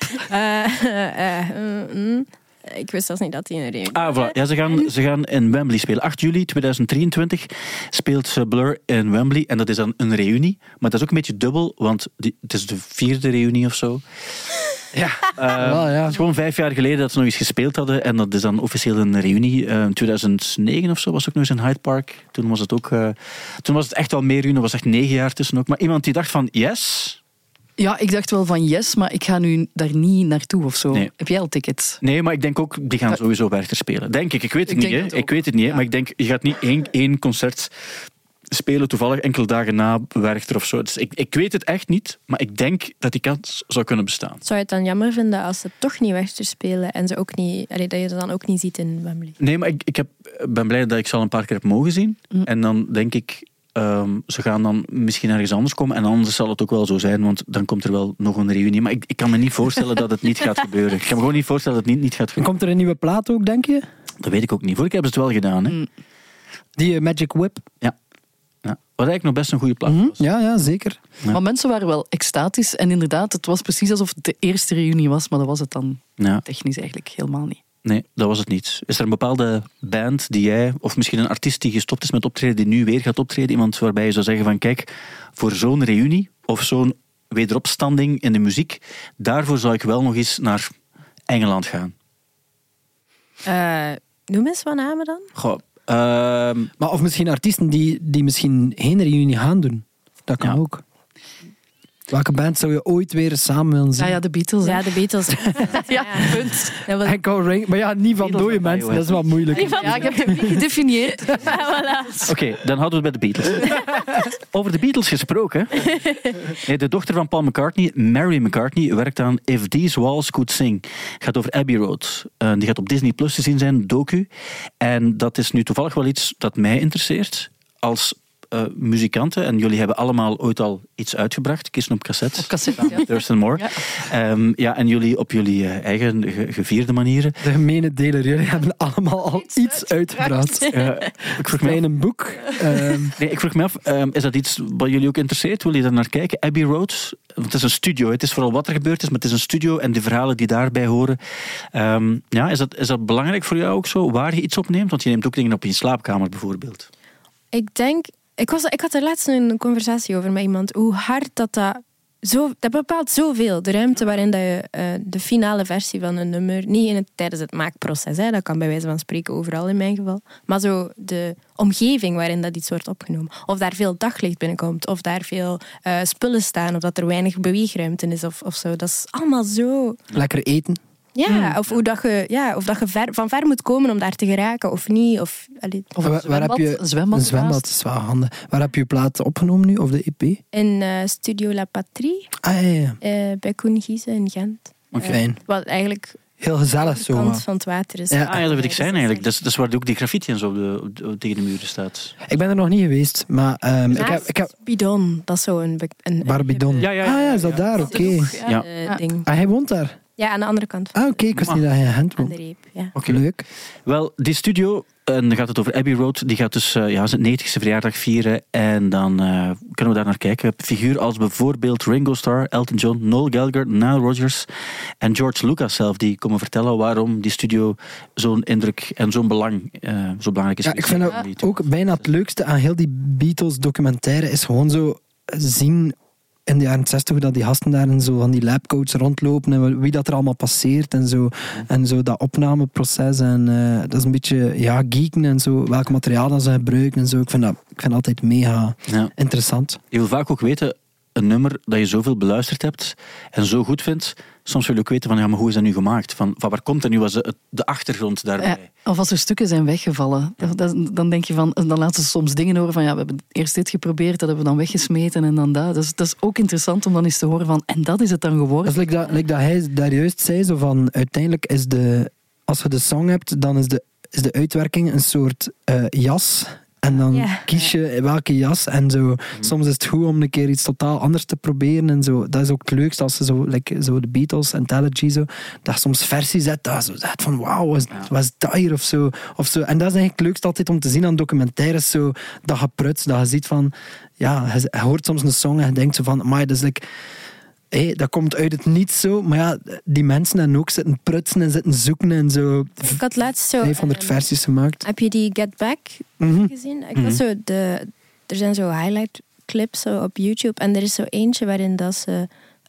Ik wist zelfs niet dat hij een reunie Ah, voilà. Ja, ze gaan in Wembley spelen. 8 juli 2023 speelt Blur in Wembley. En dat is dan een reunie. Maar dat is ook een beetje dubbel, want het is de 4e reunie of zo. Ja, ja. Het is gewoon 5 jaar geleden dat ze nog eens gespeeld hadden. En dat is dan officieel een reunie. In 2009 of zo was het ook nog eens in Hyde Park. Toen was het ook... toen was het echt wel meer reunie. Er was echt 9 jaar tussen ook. Maar iemand die dacht van, yes... Ja, ik dacht wel van yes, maar ik ga nu daar niet naartoe of zo. Nee. Heb jij al tickets? Nee, maar ik denk ook, die gaan sowieso Werchter spelen. Denk ik. Ik weet het Ik niet, denk hè. het ook. Ik weet het niet, hè. Ja. Maar ik denk, je gaat niet één concert spelen toevallig enkele dagen na Werchter of zo. Dus ik weet het echt niet, maar ik denk dat die kans zou kunnen bestaan. Zou je het dan jammer vinden als ze toch niet Werchter spelen en ze ook niet, dat je ze dan ook niet ziet in Wembley? Nee, maar ik ben blij dat ik ze al een paar keer heb mogen zien. En dan denk ik, ze gaan dan misschien ergens anders komen. En anders zal het ook wel zo zijn, want dan komt er wel nog een reunie. Maar ik kan me niet voorstellen dat het niet gaat gebeuren. Ik kan me gewoon niet voorstellen dat het niet gaat gebeuren. Komt er een nieuwe plaat ook, denk je? Dat weet ik ook niet. Vorige keer hebben ze het wel gedaan, hè. Die Magic Whip? Ja. Wat eigenlijk nog best een goede plaat was. Ja, zeker. Ja. Maar mensen waren wel extatisch. En inderdaad, het was precies alsof het de eerste reunie was. Maar dat was het dan Ja. technisch eigenlijk helemaal niet. Nee, dat was het niet. Is er een bepaalde band die jij, of misschien een artiest die gestopt is met optreden, die nu weer gaat optreden? Iemand waarbij je zou zeggen van kijk, voor zo'n reunie of zo'n wederopstanding in de muziek, daarvoor zou ik wel nog eens naar Engeland gaan. Noem eens wat namen dan. Goh, Maar of misschien artiesten die misschien geen reunie gaan doen. Dat kan Ja. ook. Welke band zou je ooit weer samen willen zien? Ja, de Beatles. hè. Ja, de Beatles. Ja, punt. Dat was... Enkel Ring, maar ja, niet van Beatles dode van mensen, mij, dat is wel moeilijk. Ja, ik heb het niet gedefinieerd. Oké, dan hadden we het bij de Beatles. Over de Beatles gesproken. Nee, de dochter van Paul McCartney, Mary McCartney, werkt aan If These Walls Could Sing. Het gaat over Abbey Road. Die gaat op Disney Plus te zien zijn, docu. En dat is nu toevallig wel iets dat mij interesseert. Als muzikanten en jullie hebben allemaal ooit al iets uitgebracht. Kisten op cassette. Op cassette, ja. Thurston Moore. Ja. En jullie op jullie eigen gevierde manieren. De gemene deler, jullie hebben allemaal al iets uitgebracht. Ik vroeg mij een boek. ik vroeg me af, is dat iets wat jullie ook interesseert? Wil je daar naar kijken? Abbey Road? Want het is een studio. Het is vooral wat er gebeurd is, maar het is een studio en de verhalen die daarbij horen. Is dat belangrijk voor jou ook zo? Waar je iets opneemt? Want je neemt ook dingen op in je slaapkamer bijvoorbeeld. Ik denk... Ik had er laatst een conversatie over met iemand. Hoe hard dat bepaalt zoveel. De ruimte waarin dat je de finale versie van een nummer... Niet tijdens het maakproces. Hè, dat kan bij wijze van spreken overal in mijn geval. Maar zo de omgeving waarin dat iets wordt opgenomen. Of daar veel daglicht binnenkomt. Of daar veel spullen staan. Of dat er weinig beweegruimte is of zo. Dat is allemaal zo... Lekker eten. Ja, of dat je van ver moet komen om daar te geraken of niet. Of een zwembad is wel handig. Waar heb je plaat opgenomen nu, of de EP? In Studio La Patrie. Ja. Bij Koen Giese in Gent. Fijn. Wat eigenlijk... Heel gezellig de zo. kant van het water is. Ja, dat weet ik zijn eigenlijk. Dat is waar ook die graffiti en zo tegen de muren staat. Ik ben er nog niet geweest, maar... ik heb Bidon, dat is zo een Barbidon. Ja, is dat daar? Oké. ding. Hij woont daar? Ja, aan de andere kant. Oké, ik wist niet dat hij in Gent Aan woont. de reep, ja. Oké, leuk. Wel, die studio, en dan gaat het over Abbey Road, die gaat dus zijn 90ste verjaardag vieren. En dan kunnen we daar naar kijken. Figuren als bijvoorbeeld Ringo Starr, Elton John, Noel Gallagher, Nile Rodgers en George Lucas zelf. Die komen vertellen waarom die studio zo'n indruk en zo'n zo belangrijk is. Ja, ik vind dat ook bijna het leukste aan heel die Beatles documentaire is gewoon zo zien... in de jaren 60 dat die gasten daar en zo van die labcoats rondlopen en wie dat er allemaal passeert en zo dat opnameproces en dat is een beetje geeken en zo, welk materiaal dat ze gebruiken en zo. Ik vind dat altijd mega interessant. Je wil vaak ook weten, een nummer dat je zoveel beluisterd hebt en zo goed vindt, soms wil je ook weten van, maar hoe is dat nu gemaakt? Van waar komt dat nu als de achtergrond daarbij? Of als er stukken zijn weggevallen. Dan denk je van, dan laten ze soms dingen horen van, we hebben eerst dit geprobeerd, dat hebben we dan weggesmeten en dan dat. Dat is ook interessant om dan eens te horen van, en dat is het dan geworden. Dat is like dat hij daar juist zei, zo van, uiteindelijk is als je de song hebt, dan is de uitwerking een soort jas. En dan kies je welke jas. En zo. Soms is het goed om een keer iets totaal anders te proberen. En zo. Dat is ook het leukste als ze zo de Beatles en Anthology zo, dat je soms versies zet. Dat je zo zegt van wauw, was dat hier of zo. En dat is eigenlijk het leukste altijd om te zien aan documentaires. Zo, dat je pruts, dat je ziet van... Ja, je hoort soms een song en je denkt zo van... Maar dat is like... dat komt uit het niets zo, maar ja, die mensen hebben ook zitten prutsen en zitten zoeken en zo. Ik had laatst zo... 500 versies gemaakt. Heb je die Get Back gezien? Ik was zo er zijn zo highlight clips zo op YouTube en er is zo eentje waarin dat ze...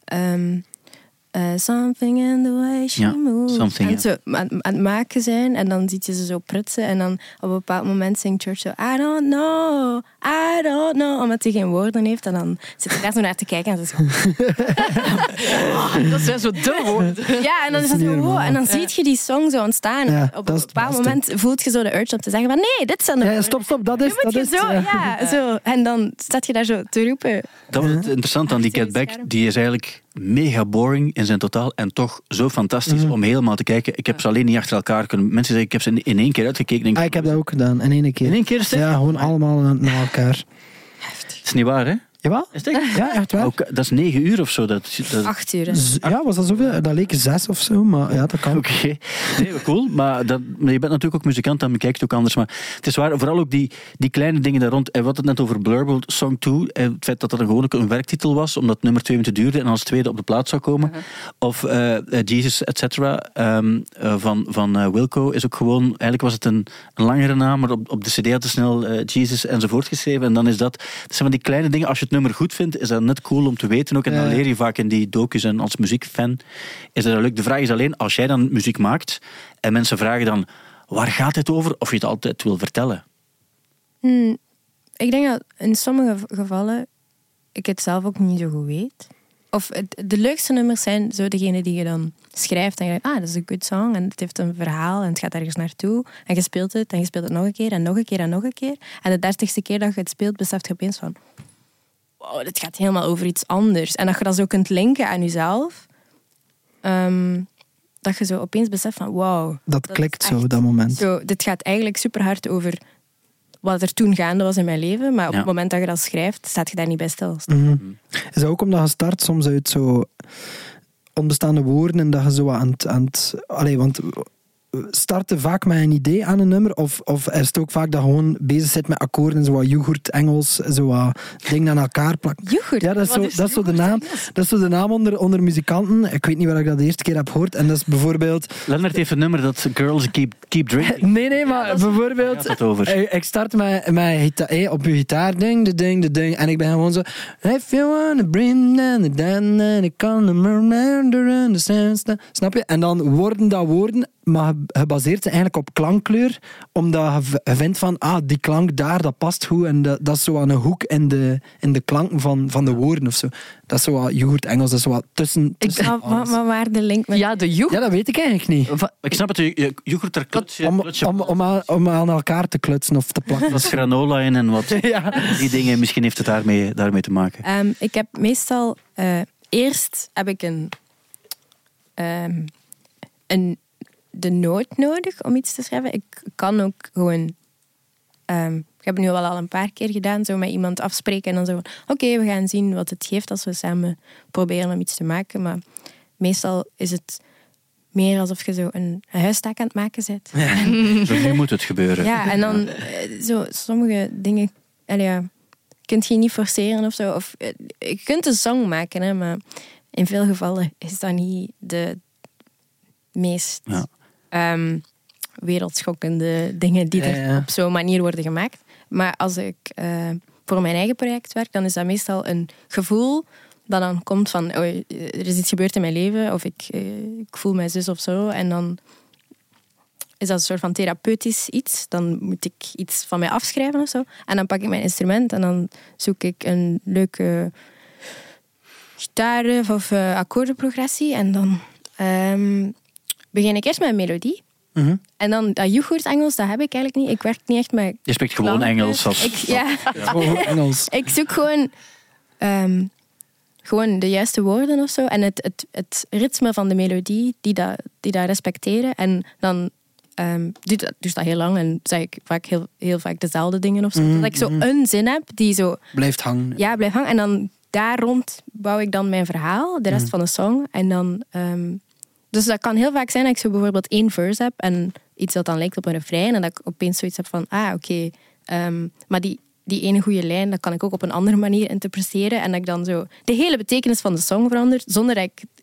something in the way she moves. En zo aan het maken zijn. En dan ziet je ze zo prutsen. En dan op een bepaald moment zingt George zo... I don't know. Omdat hij geen woorden heeft. En dan zit hij daar zo naar te kijken. En zo... Dat zijn zo de woorden. Ja, en dan is dat zo... Wow, en dan zie je die song zo ontstaan. Ja, op een bepaald moment voelt je zo de urge om te zeggen van... Nee, dit zijn de woorden. Stop, dat is... Zo. En dan staat je daar zo te roepen. Dat was het interessante aan die Get Back. Die is eigenlijk mega boring in zijn totaal en toch zo fantastisch om helemaal te kijken. Ik heb ze alleen niet achter elkaar kunnen... Mensen zeggen, ik heb ze in één keer uitgekeken. Ik heb dat ook gedaan, in één keer. In één keer is het? Ja, gewoon allemaal na elkaar. Het is niet waar, hè? Jawel? Is het echt? Ja, echt waar. Dat is 9 uur of zo. 8 uur. Ja, was dat zoveel? Dat leek 6 of zo, maar ja, dat kan. Oké. Nee, cool. Maar je bent natuurlijk ook muzikant, dan bekijkt het ook anders. Maar het is waar, vooral ook die kleine dingen daar rond. En we hadden het net over Blurble Song 2. Het feit dat een gewoon een werktitel was, omdat het nummer 2 minuten duurde en als tweede op de plaat zou komen. Of Jesus, etc. Van Wilco is ook gewoon... Eigenlijk was het een langere naam, maar op de cd had hij snel Jesus enzovoort geschreven. En dan is dat... Het zijn van die kleine dingen. Als je het nummer goed vindt, is dat net cool om te weten ook. En dan leer je vaak in die docus en als muziekfan is dat leuk. De vraag is alleen, als jij dan muziek maakt en mensen vragen dan, waar gaat het over? Of je het altijd wil vertellen? Ik denk dat in sommige gevallen ik het zelf ook niet zo goed weet. Of de leukste nummers zijn zo degene die je dan schrijft en je denkt, dat is een good song en het heeft een verhaal en het gaat ergens naartoe. En je speelt het en je speelt het nog een keer en nog een keer en nog een keer. En de 30ste keer dat je het speelt, beseft je opeens van... Wow, dit gaat helemaal over iets anders. En dat je dat zo kunt linken aan jezelf. Dat je zo opeens beseft van wow. Dat klikt zo, dat moment. Zo, dit gaat eigenlijk super hard over wat er toen gaande was in mijn leven. Maar op het moment dat je dat schrijft, staat je daar niet bij stil. Mm-hmm. Is dat ook omdat je start soms uit zo onbestaande woorden en dat je zo aan het want starten vaak met een idee aan een nummer, of is het ook vaak dat je gewoon bezig zit met akkoorden, zo wat yoghurt, Engels, zo wat dingen aan elkaar plakken? Yoghurt? Ja, dat is zo de naam. Dat is zo de naam onder muzikanten. Ik weet niet waar ik dat de eerste keer heb gehoord. En dat is bijvoorbeeld... Lennart heeft een nummer dat Girls Keep Drinking. Nee, maar bijvoorbeeld... Ik start met op je gitaar, ding, de ding. En ik ben gewoon zo... If you wanna bring down the come snap je? En dan worden dat woorden, maar gebaseerd eigenlijk op klankkleur, omdat je vindt van, die klank daar, dat past goed, en dat is zo aan een hoek in de klanken van de woorden of zo. Dat is zo wat yoghurt Engels, dat is zo wat tussen maar waar de link met... Ja, de yoghurt. Ja, dat weet ik eigenlijk niet. Ik snap het, yoghurt er klutsje. Om aan elkaar te klutsen of te plakken. Dat is granola in en wat. Die dingen, misschien heeft het daarmee te maken. Ik heb meestal... eerst heb ik de noot nodig om iets te schrijven. Ik kan ook gewoon... ik heb het nu wel al een paar keer gedaan, zo met iemand afspreken en dan zo van, oké, we gaan zien wat het geeft als we samen proberen om iets te maken. Maar meestal is het meer alsof je zo een huistaak aan het maken bent. Ja. Nu moet het gebeuren. Ja, en dan zo sommige dingen kun je niet forceren of zo. Of, je kunt een song maken, hè, maar in veel gevallen is dat niet de meest wereldschokkende dingen die er op zo'n manier worden gemaakt. Maar als ik voor mijn eigen project werk, dan is dat meestal een gevoel dat dan komt van, er is iets gebeurd in mijn leven, of ik voel mij zus of zo, en dan is dat een soort van therapeutisch iets. Dan moet ik iets van mij afschrijven of zo. En dan pak ik mijn instrument en dan zoek ik een leuke gitaar- of akkoordenprogressie. En dan begin ik eerst met een melodie. Mm-hmm. En dan dat yoghurt-Engels, dat heb ik eigenlijk niet. Ik werk niet echt met... Je spreekt gewoon Engels. Engels. Ik zoek gewoon de juiste woorden of zo. En het ritme van de melodie, die dat respecteren. En dan duurt dat heel lang en zeg ik vaak heel vaak dezelfde dingen of zo. Dat ik zo een zin heb die zo... Blijft hangen. Ja, blijft hangen. En dan daar rond bouw ik dan mijn verhaal, de rest van de song. En dan... dus dat kan heel vaak zijn dat ik zo bijvoorbeeld 1 verse heb en iets dat dan lijkt op een refrein en dat ik opeens zoiets heb van, oké. Maar die ene goede lijn, dat kan ik ook op een andere manier interpreteren en dat ik dan zo de hele betekenis van de song verander, zonder dat ik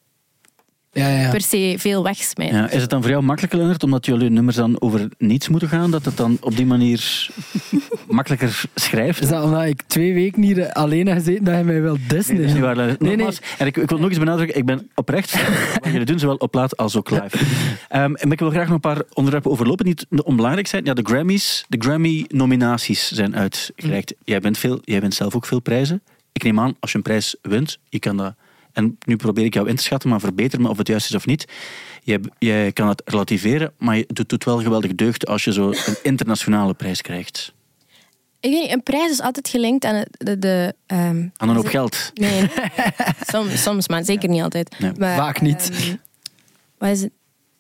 per se veel wegsmijt. Ja, is het dan voor jou makkelijker, Lennart, omdat jullie nummers dan over niets moeten gaan, dat het dan op die manier makkelijker schrijft? Is dat omdat ik 2 weken hier alleen heb gezeten dat je mij wil dissen? Nee, dat is niet waar, Lennart. Nee. En ik wil nog eens benadrukken, ik ben oprecht wat jullie doen, zowel op plaat als ook live. En ik wil graag nog een paar onderwerpen overlopen die onbelangrijk zijn. Ja, de Grammy-nominaties zijn uitgereikt. Jij wint zelf ook veel prijzen. Ik neem aan, als je een prijs wint, je kan dat... En nu probeer ik jou in te schatten, maar verbeter me of het juist is of niet. Jij kan het relativeren, maar het doet wel geweldig deugd als je zo een internationale prijs krijgt. Ik weet niet, een prijs is altijd gelinkt aan aan een hoop geld. Nee, soms, maar zeker niet altijd. Nee, maar, vaak niet. Wat is het?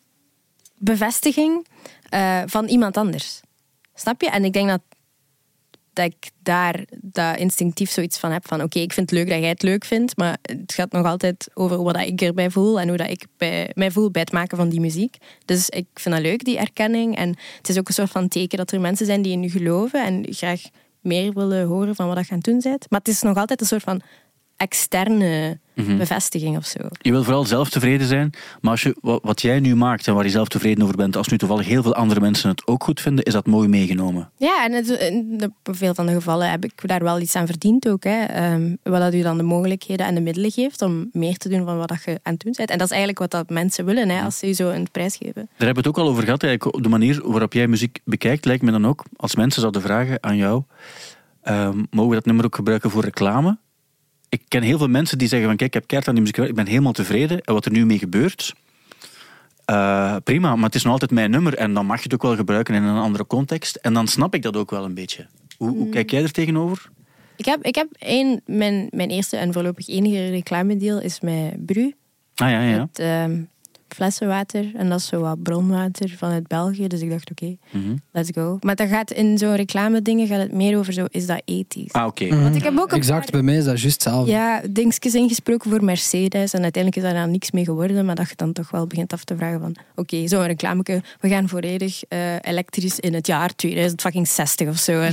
Bevestiging van iemand anders. Snap je? En ik denk dat ik daar instinctief zoiets van heb van oké, ik vind het leuk dat jij het leuk vindt, maar het gaat nog altijd over wat ik erbij voel en hoe dat ik mij voel bij het maken van die muziek. Dus ik vind dat leuk, die erkenning. En het is ook een soort van teken dat er mensen zijn die in je geloven en graag meer willen horen van wat je aan het doen bent. Maar het is nog altijd een soort van externe bevestiging of zo. Je wil vooral zelf tevreden zijn, maar als je, wat jij nu maakt en waar je zelf tevreden over bent, als nu toevallig heel veel andere mensen het ook goed vinden, is dat mooi meegenomen. Ja, en in veel van de gevallen heb ik daar wel iets aan verdiend ook. Wat dat u dan de mogelijkheden en de middelen geeft om meer te doen van wat je aan het doen bent. En dat is eigenlijk wat dat mensen willen, als ze je zo een prijs geven. Daar hebben we het ook al over gehad. Eigenlijk, de manier waarop jij muziek bekijkt, lijkt me dan ook, als mensen zouden vragen aan jou, mogen we dat nummer ook gebruiken voor reclame? Ik ken heel veel mensen die zeggen van kijk, ik heb keihard aan die muziek, ik ben helemaal tevreden en wat er nu mee gebeurt, prima, maar het is nog altijd mijn nummer en dan mag je het ook wel gebruiken in een andere context en dan snap ik dat ook wel een beetje. Hoe kijk jij er tegenover? Ik heb mijn eerste en voorlopig enige reclamedeal is met Bru. Ah ja. flessen water. En dat is zo wat bronwater vanuit België. Dus ik dacht, oké, let's go. Maar dat gaat in zo'n reclame dingen gaat het meer over zo, is dat ethisch? Oké. Want ik heb ook Exact, bij mij is dat juist hetzelfde. Ja, dingetjes ingesproken voor Mercedes. En uiteindelijk is daar dan niks mee geworden. Maar dat je dan toch wel begint af te vragen van... Oké, zo'n reclameke. We gaan volledig elektrisch in het jaar 2060 of zo. En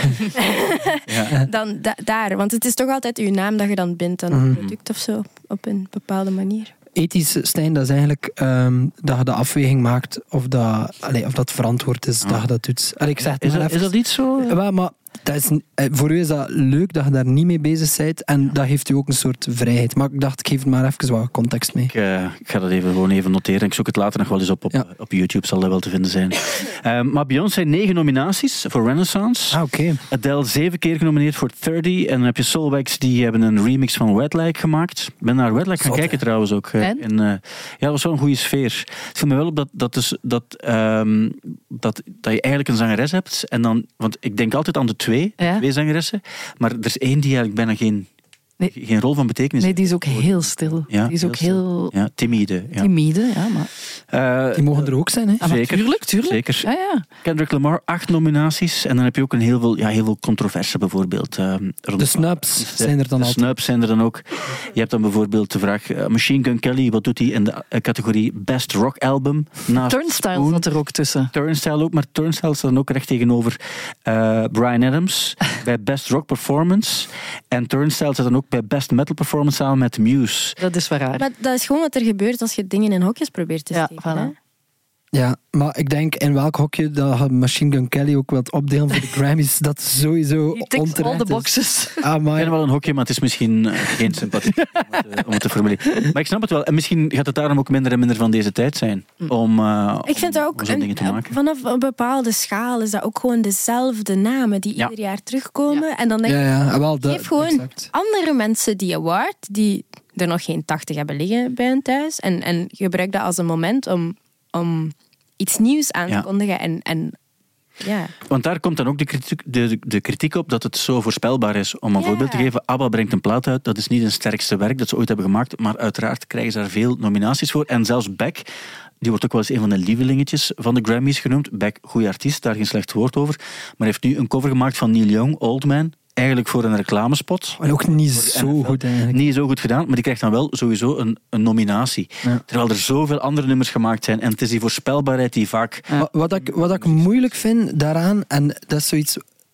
dan, dan daar. Want het is toch altijd je naam dat je dan bindt aan een product of zo. Op een bepaalde manier. Ethisch, Stijn, dat is eigenlijk dat je de afweging maakt of dat verantwoord is, dat je dat doet. Ik zeg het Is dat niet zo? Ja, maar dat is, voor u is dat leuk dat je daar niet mee bezig bent en dat geeft u ook een soort vrijheid. Maar ik dacht, ik geef het maar even wat context mee. Ik ga dat gewoon even noteren. Ik zoek het later nog wel eens op YouTube, zal dat wel te vinden zijn. Maar Beyoncé 9 nominaties voor Renaissance. Oké. Adele 7 keer genomineerd voor 30. En dan heb je Soulwax, die hebben een remix van Wet Like gemaakt. Ik ben naar Wet Like gaan kijken trouwens ook. Ja, dat was wel een goede sfeer. Het viel me wel op dat je eigenlijk een zangeres hebt. En dan, want ik denk altijd aan de twee zangeressen. Maar er is één die eigenlijk bijna geen rol van betekenis heeft. Nee, die is ook heel stil. Ja, die is ook heel... Ja, timide. Ja. Timide, ja, maar... die mogen er ook zijn, hè? Zeker. Tuurlijk. Zeker. Ja. Kendrick Lamar, 8 nominaties. En dan heb je ook heel veel controverse bijvoorbeeld. De Snubs zijn er dan altijd. De Snubs zijn er dan ook. Je hebt dan bijvoorbeeld de vraag... Machine Gun Kelly, wat doet hij in de categorie Best Rock Album? Turnstile zat er ook tussen. Turnstile ook, maar Turnstile staat dan ook recht tegenover Bryan Adams bij Best Rock Performance. En Turnstile staat dan ook bij Best Metal Performance samen met Muse. Dat is wel raar. Maar dat is gewoon wat er gebeurt als je dingen in hokjes probeert te steken. Voilà. Hè? Ja, maar ik denk in welk hokje dat Machine Gun Kelly ook wilt opdelen voor de Grammys, dat sowieso onterecht all the is. boxes. Ik ken wel een hokje, maar het is misschien geen sympathie om het te formuleren. Maar ik snap het wel. En misschien gaat het daarom ook minder en minder van deze tijd zijn. Ik vind dat ook zo'n dingen te maken. Vanaf een bepaalde schaal is dat ook gewoon dezelfde namen die ieder jaar terugkomen. Ja. En dan denk ik, geef gewoon andere mensen die award, die er nog geen 80 hebben liggen bij hun thuis. En gebruik dat als een moment om iets nieuws aan te kondigen. Ja. Want daar komt dan ook de kritiek op dat het zo voorspelbaar is. Om een voorbeeld te geven, ABBA brengt een plaat uit. Dat is niet hun sterkste werk dat ze ooit hebben gemaakt. Maar uiteraard krijgen ze daar veel nominaties voor. En zelfs Beck, die wordt ook wel eens een van de lievelingetjes van de Grammys genoemd. Beck, goede artiest, daar geen slecht woord over. Maar heeft nu een cover gemaakt van Neil Young, Old Man. Eigenlijk voor een reclamespot. Maar ook niet zo goed eigenlijk. Niet zo goed gedaan, maar die krijgt dan wel sowieso een nominatie. Ja. Terwijl er zoveel andere nummers gemaakt zijn. En het is die voorspelbaarheid die vaak... Wat ik moeilijk vind daaraan, en dat is zoiets...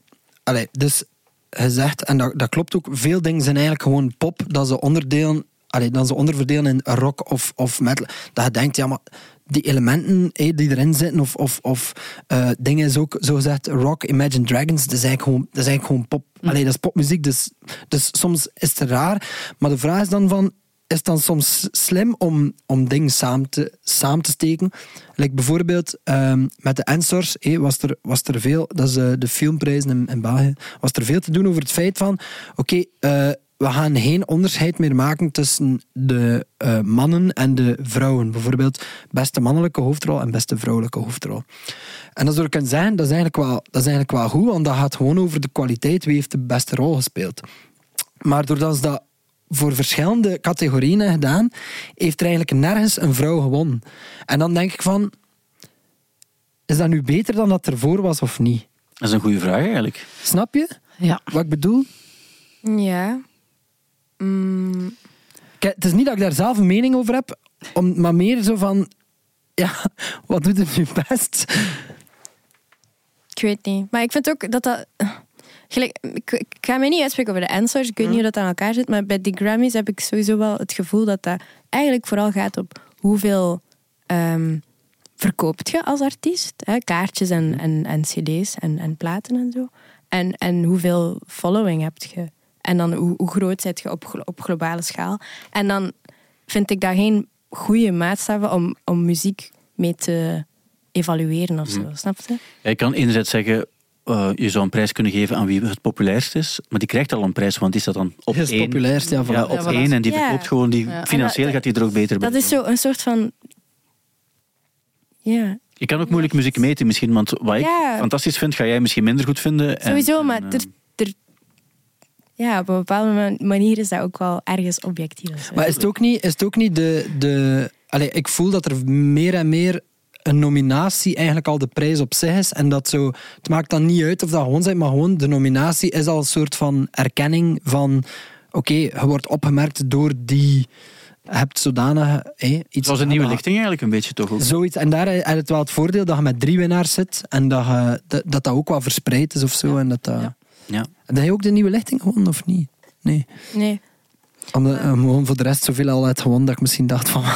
dus gezegd, en dat klopt ook, veel dingen zijn eigenlijk gewoon pop, dat ze onderverdelen in rock of metal. Dat je denkt, ja, maar die elementen die erin zitten, of dingen is ook zogezegd rock, Imagine Dragons, dat is eigenlijk gewoon pop. Dat is popmuziek, dus soms is het raar. Maar de vraag is dan van, is het dan soms slim om dingen samen te steken? Like bijvoorbeeld met de Ensors was er veel, dat is de filmprijzen in België, was er veel te doen over het feit van, we gaan geen onderscheid meer maken tussen de mannen en de vrouwen. Bijvoorbeeld beste mannelijke hoofdrol en beste vrouwelijke hoofdrol. En dat zou ik kunnen zeggen, dat is eigenlijk wel goed, want dat gaat gewoon over de kwaliteit, wie heeft de beste rol gespeeld. Maar doordat ze dat voor verschillende categorieën gedaan, heeft er eigenlijk nergens een vrouw gewonnen. En dan denk ik van, is dat nu beter dan dat ervoor was of niet? Dat is een goede vraag eigenlijk. Snap je? Ja. Wat ik bedoel? Ja. Kijk, het is niet dat ik daar zelf een mening over heb, maar meer zo van, ja, wat doet het nu best? Ik weet niet. Maar ik vind ook dat... Ik ga me niet uitspreken over de Ensors. Ik weet niet hoe dat aan elkaar zit. Maar bij die Grammys heb ik sowieso wel het gevoel dat dat eigenlijk vooral gaat op hoeveel verkoopt je als artiest. Hè? Kaartjes en cd's en platen en zo. En hoeveel following heb je. En dan hoe groot zit je op globale schaal. En dan vind ik dat geen goede maatstaven om muziek mee te evalueren of zo. Snap je? Ja, je kan enerzijds zeggen, je zou een prijs kunnen geven aan wie het populairst is, maar die krijgt al een prijs, want die staat dan op één. Populairst, op één en die verkoopt gewoon, financieel gaat die er ook beter bij. Dat is zo een soort van... Ja. Je kan ook moeilijk muziek meten misschien, want wat ik fantastisch vind, ga jij misschien minder goed vinden. Sowieso, maar ja, op een bepaalde manier is dat ook wel ergens objectief. Maar is het ook niet de... Allee, ik voel dat er meer en meer een nominatie eigenlijk al de prijs op zich is. En dat zo... Het maakt dan niet uit of dat gewoon zijn, maar gewoon de nominatie is al een soort van erkenning van... Oké, je wordt opgemerkt door die... Je hebt zodanig... iets Zoals een nieuwe lichting eigenlijk een beetje toch ook. Zoiets. En daar heb je het wel het voordeel dat je met 3 winnaars zit. En dat ook wel verspreid is of zo. En Ja. Heb je ook de nieuwe lichting gewonnen of niet? Nee. Omdat gewoon voor de rest zoveel al uit gewonnen dat ik misschien dacht van...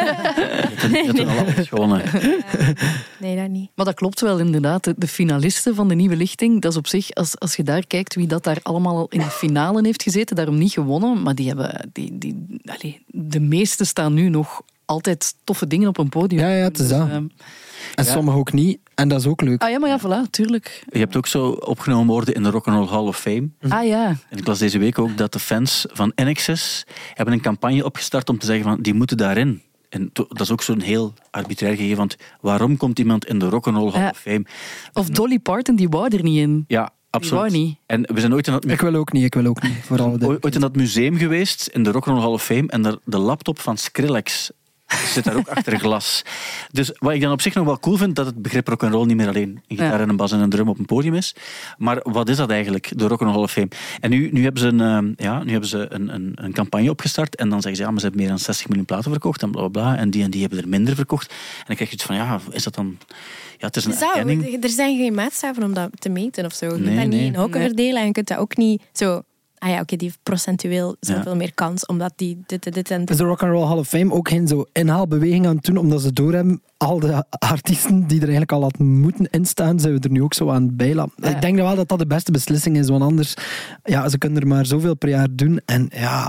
Je hebt al alles gewonnen. Nee, dat niet. Maar dat klopt wel inderdaad. De finalisten van de nieuwe lichting, dat is op zich, als je daar kijkt wie dat daar allemaal in de finale heeft gezeten, daarom niet gewonnen, maar die hebben... de meeste staan nu nog altijd toffe dingen op een podium. Ja, het is dat. En sommigen ook niet. En dat is ook leuk. Ah ja, maar ja, voilà, tuurlijk. Je hebt ook zo opgenomen worden in de Rock'n'Roll Hall of Fame. Ah ja. En ik las deze week ook dat de fans van INXS hebben een campagne opgestart om te zeggen van die moeten daarin. En dat is ook zo'n heel arbitrair gegeven, want waarom komt iemand in de Rock'n'Roll Hall of Fame? Of Dolly Parton, die wou er niet in. Ja, absoluut. Die wou niet. En we zijn ooit in dat... Ik wil ook niet. Ooit in dat museum geweest, in de Rock'n'Roll Hall of Fame, en de laptop van Skrillex zit daar ook achter glas. Dus wat ik dan op zich nog wel cool vind, dat het begrip rock'n'roll niet meer alleen een gitaar en een bas en een drum op een podium is. Maar wat is dat eigenlijk, de Rock'n'Roll Hall of Fame? En nu hebben ze een campagne opgestart en dan zeggen ze, ja, maar ze hebben meer dan 60 miljoen platen verkocht en bla bla bla, en die hebben er minder verkocht. En dan krijg je iets van, ja, is dat dan... Ja, het is een erkenning. Er zijn geen maatstaven om dat te meten of zo. Je kunt Nee, dat niet nee. in hokken verdelen en je kunt dat ook niet zo... Ah ja, oké, die heeft procentueel zoveel meer kans, omdat die dit en Is dit... de Rock'n'Roll Hall of Fame ook geen zo inhaalbeweging aan het doen, omdat ze doorhebben, al de artiesten die er eigenlijk al hadden moeten instaan, zijn we er nu ook zo aan bijlaten. Ja. Ik denk wel dat dat de beste beslissing is, want anders, ja, ze kunnen er maar zoveel per jaar doen. En ja...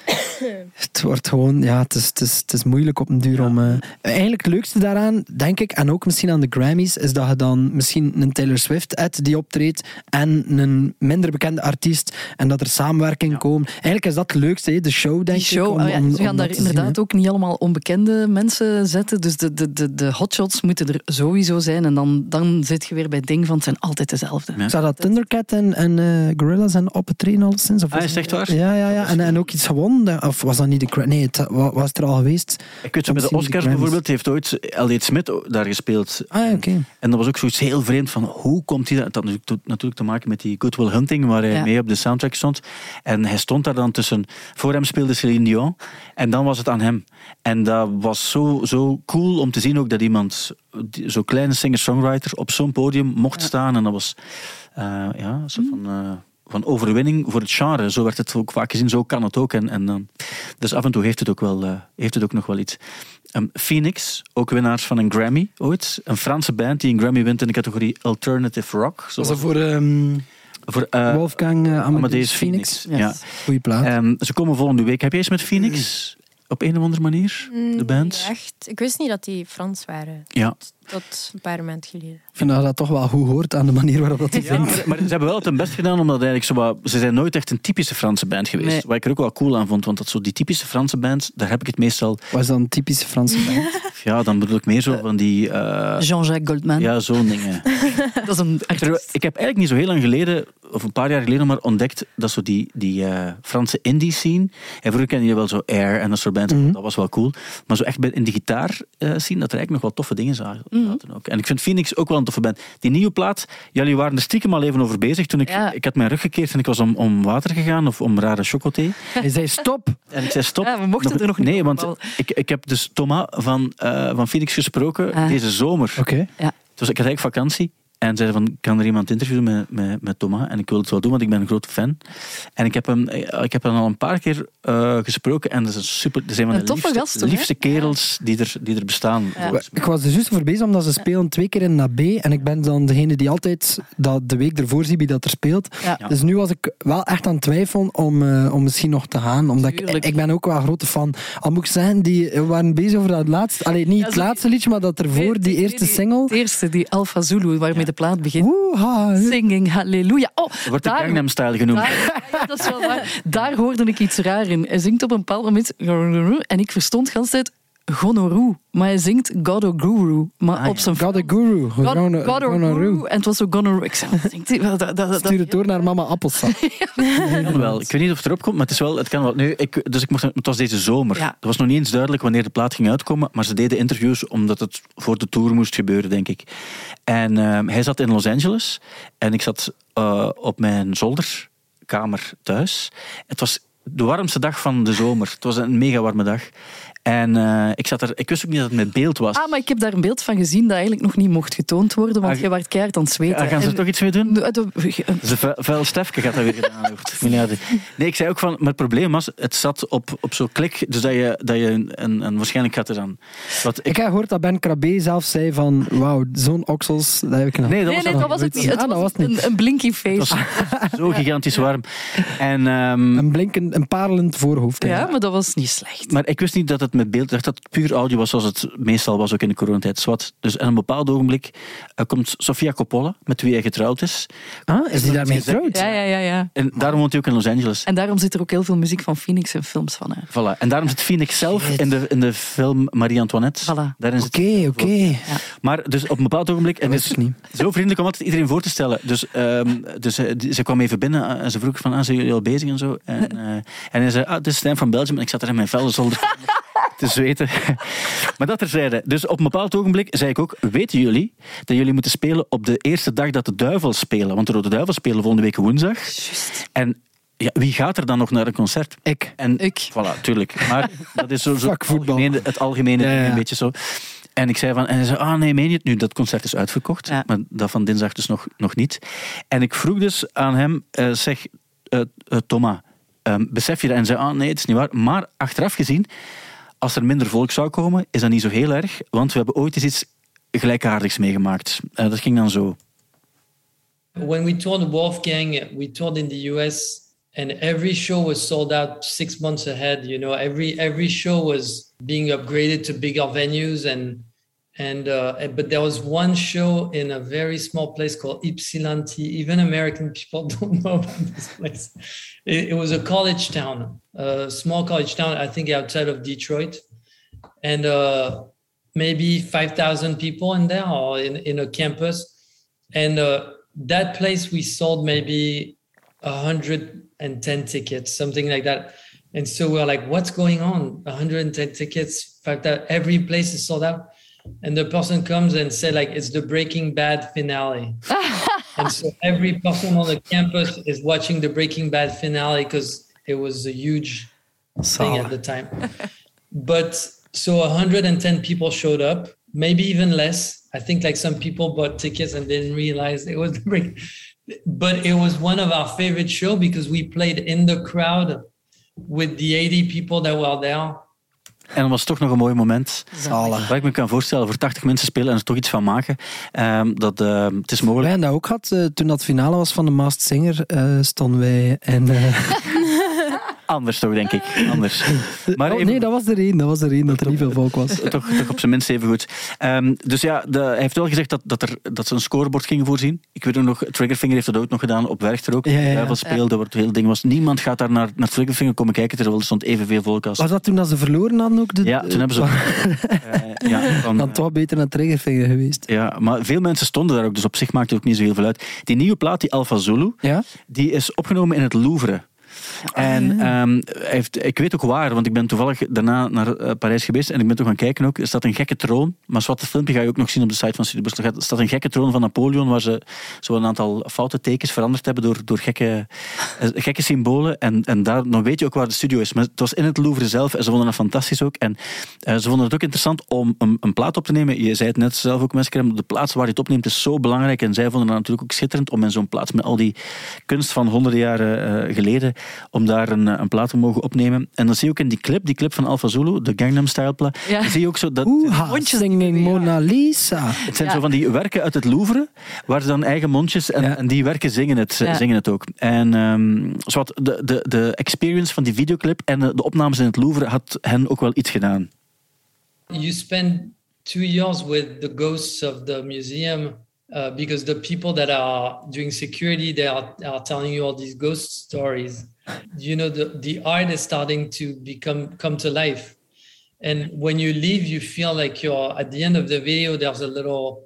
Het wordt gewoon, ja, het is moeilijk op een duur om... Eigenlijk het leukste daaraan, denk ik, en ook misschien aan de Grammys, is dat je dan misschien een Taylor Swift hebt die optreedt en een minder bekende artiest en dat er samenwerking komen. Eigenlijk is dat het leukste, hè, de show, denk Die show, ik. ze gaan daar inderdaad ook niet allemaal onbekende mensen zetten. Dus de hotshots moeten er sowieso zijn. En dan zit je weer bij het ding van het zijn altijd dezelfde. Ja. Zou dat Thundercat en Gorillaz zijn opgetreden al sinds? Of Ah, is het echt waar? Ja. En ook iets gewonnen? Of was dat niet de... Nee, het was er al geweest. Ik weet zo, bij de Oscars bijvoorbeeld heeft ooit L.D. Smith daar gespeeld. Ah, oké. En dat was ook zoiets heel vreemd van, hoe komt hij dat? Dat had natuurlijk te maken met die Good Will Hunting, waar hij mee op de soundtrack stond. En hij stond daar dan tussen... Voor hem speelde Céline Dion. En dan was het aan hem. En dat was zo cool om te zien ook dat iemand, zo'n kleine singer-songwriter, op zo'n podium mocht staan. En dat was een soort van overwinning voor het genre. Zo werd het ook vaak gezien, zo kan het ook. Dus af en toe heeft het ook nog wel iets. Phoenix, ook winnaars van een Grammy ooit. Een Franse band die een Grammy wint in de categorie Alternative Rock. Was dat voor Wolfgang Amadeus Phoenix? Ja. Goeie plaat. Ze komen volgende week. Heb jij eens met Phoenix op een of andere manier, de band? Echt. Ik wist niet dat die Frans waren. Ja. Tot een paar maanden geleden. Ik vind dat toch wel goed hoort aan de manier waarop dat hij zingt. Maar ze hebben wel het hun best gedaan, omdat eigenlijk ze zijn nooit echt een typische Franse band geweest. Nee. Wat ik er ook wel cool aan vond, want dat zo die typische Franse band, daar heb ik het meestal... Wat is dan een typische Franse band? Ja, dan bedoel ik meer zo van die... Jean-Jacques Goldman. Ja, zo'n dingen. Dat is een artiest. Ik heb eigenlijk niet zo heel lang geleden, of een paar jaar geleden maar, ontdekt dat zo die Franse indie scene, en vroeger kende je wel zo Air en dat soort bands, dat was wel cool, maar zo echt in de gitaar scene, dat er eigenlijk nog wel toffe dingen zaten ook. En ik vind Phoenix ook wel een toffe band. Die nieuwe plaat, jullie waren er stiekem al even over bezig toen ik had mijn rug gekeerd en ik was om water gegaan of om rare chocothee. Hij zei stop. En ik zei stop. Ja, we mochten er nog niet Nee, op, want wel. ik heb dus Thomas van Phoenix gesproken deze zomer. Oké. Ja. Dus ik had eigenlijk vakantie. En zeiden van, kan er iemand interviewen met Thomas? En ik wil het wel doen, want ik ben een grote fan. En ik heb hem al een paar keer gesproken. En dat is een van Een toffe de gast, hoor, liefste kerels die er bestaan. Ja. Ik was er juist voor bezig, omdat ze spelen 2 keer in NAB. En ik ben dan degene die altijd dat de week ervoor ziet wie dat er speelt. Ja. Dus nu was ik wel echt aan het twijfelen om misschien nog te gaan. Omdat ik ben ook wel een grote fan. Al moet ik zeggen, die waren bezig over dat laatste... Allee, niet het laatste liedje, maar dat ervoor, die eerste single. Het eerste, die Alpha Zulu, waarmee de plaat begint. Woeha. Singing Halleluja. Oh, Wordt de Gangnam Style genoemd. Ja, dat is wel waar. Daar hoorde ik iets raar in. Hij zingt op een bepaald moment en ik verstond de hele tijd Gonorrhoe. Maar hij zingt God a Guru. Maar op zijn God a Guru. God a Guru. En het was zo Gonorrhoe. Ik zei, stuur het door naar mama Appelsap. Kan wel. Ik weet niet of het erop komt, maar het kan wel. Nu, het was deze zomer. Ja. Het was nog niet eens duidelijk wanneer de plaat ging uitkomen, maar ze deden interviews omdat het voor de tour moest gebeuren, denk ik. En hij zat in Los Angeles en ik zat op mijn zolderkamer thuis. Het was de warmste dag van de zomer. Het was een mega warme dag. En ik zat er, ik wist ook niet dat het met beeld was. Maar ik heb daar een beeld van gezien dat eigenlijk nog niet mocht getoond worden, want je werd keihard aan het zweten. Gaan ze er toch iets mee doen? Een vuil Stefke gaat dat weer gedaan. Nee, ik zei ook van, maar het probleem was, het zat op zo'n klik, dus dat je een waarschijnlijk gaat er dan. Ik heb gehoord dat Ben Krabbe zelf zei van, wauw, zo'n oksels, dat heb ik nog. Nee, dat was het niet. Het was een blinky face. Het was zo gigantisch warm. En, een parelend voorhoofd. Ja, maar dat was niet slecht. Maar ik wist niet dat het met beeld, dat het puur audio was zoals het meestal was ook in de coronatijd. Zwat. Dus aan een bepaald ogenblik komt Sofia Coppola, met wie hij getrouwd is. Is die daarmee getrouwd? Ja. En daarom woont hij ook in Los Angeles. En daarom zit er ook heel veel muziek van Phoenix en films van. Voilà. En daarom zit Phoenix zelf in de film Marie-Antoinette. Voilà. Oké. Ja. Maar dus op een bepaald ogenblik, en is zo vriendelijk om altijd iedereen voor te stellen. Dus ze kwam even binnen en ze vroeg van, zijn jullie al bezig en zo? En hij zei, dit is Stijn van Belgium. En ik zat er in mijn vuile zolder te zweten. Maar dat terzijde. Dus op een bepaald ogenblik zei ik ook, weten jullie dat jullie moeten spelen op de eerste dag dat de Duivels spelen? Want de Rode Duivels spelen volgende week woensdag. Just. En ja, wie gaat er dan nog naar een concert? Ik. Voilà, tuurlijk. Maar dat is zo het algemene ja. een beetje zo. En ik zei van, en hij zei, nee, meen je het nu? Dat concert is uitverkocht. Ja. Maar dat van dinsdag dus nog niet. En ik vroeg dus aan hem, Thomas, besef je dat? En hij zei, nee, het is niet waar. Maar achteraf gezien, als er minder volk zou komen, is dat niet zo heel erg. Want we hebben ooit eens iets gelijkaardigs meegemaakt. Dat ging dan zo. When we toured Wolfgang, we toured in the US, and every show was sold out 6 months ahead. You know, every show was being upgraded to bigger venues, but there was one show in a very small place called Ypsilanti. Even American people don't know about this place. It was a college town, a small college town, I think outside of Detroit, and maybe 5,000 people in there, or in a campus, and that place we sold maybe 110 tickets, something like that. And so we're like, what's going on? 110 tickets, 5,000, every place is sold out. And the person comes and said, like, it's the Breaking Bad finale. And so every person on the campus is watching the Breaking Bad finale because it was a huge thing at the time. But so 110 people showed up, maybe even less. I think like some people bought tickets and didn't realize it was the break. But it was one of our favorite shows because we played in the crowd with the 80 people that were there. En dat was toch nog een mooi moment. Zalig. Wat ik me kan voorstellen, voor 80 mensen spelen en er toch iets van maken. Het is mogelijk. Wij hebben dat ook gehad. Toen dat finale was van de Masked Singer, stonden wij en... Anders toch, denk ik. Anders. Maar nee, dat was er één dat er niet veel volk was. toch op zijn minst even goed. Dus ja, hij heeft wel gezegd dat ze een scorebord gingen voorzien. Ik weet ook nog, Triggerfinger heeft dat ook nog gedaan op Werchter ook. Duivel speelde, waar het hele ding was. Niemand gaat daar naar Triggerfinger komen kijken, terwijl er stond evenveel volk als... Was dat toen dat ze verloren hadden ook? Ja, toen hebben ze... dan toch beter naar Triggerfinger geweest. Ja, maar veel mensen stonden daar ook, dus op zich maakte het ook niet zo heel veel uit. Die nieuwe plaat, die Alpha Zulu, die is opgenomen in het Louvre. En ik weet ook waar, want ik ben toevallig daarna naar Parijs geweest en ik ben toch gaan kijken ook. Er staat een gekke troon, maar dat filmpje ga je ook nog zien op de site van Studio Brussel. Er staat een gekke troon van Napoleon waar ze zo een aantal foute tekens veranderd hebben door gekke symbolen. En dan weet je ook waar de studio is. Maar het was in het Louvre zelf en ze vonden het fantastisch ook. En ze vonden het ook interessant om een plaat op te nemen. Je zei het net zelf ook, mensen, de plaats waar je het opneemt is zo belangrijk. En zij vonden het natuurlijk ook schitterend om in zo'n plaats met al die kunst van honderden jaren geleden, om daar een plaat te mogen opnemen. En dan zie je ook in die clip van Alpha Zulu, de Gangnam Style plaat, zie je ook zo dat... Singing Mona Lisa. Het zijn zo van die werken uit het Louvre, waar ze dan eigen mondjes en die werken zingen het ook. En de experience van die videoclip en de opnames in het Louvre had hen ook wel iets gedaan. You spend 2 years with the ghosts of the museum because the people that are doing security, they are telling you all these ghost stories. You know, the art is starting to come to life. And when you leave, you feel like you're at the end of the video. There's a little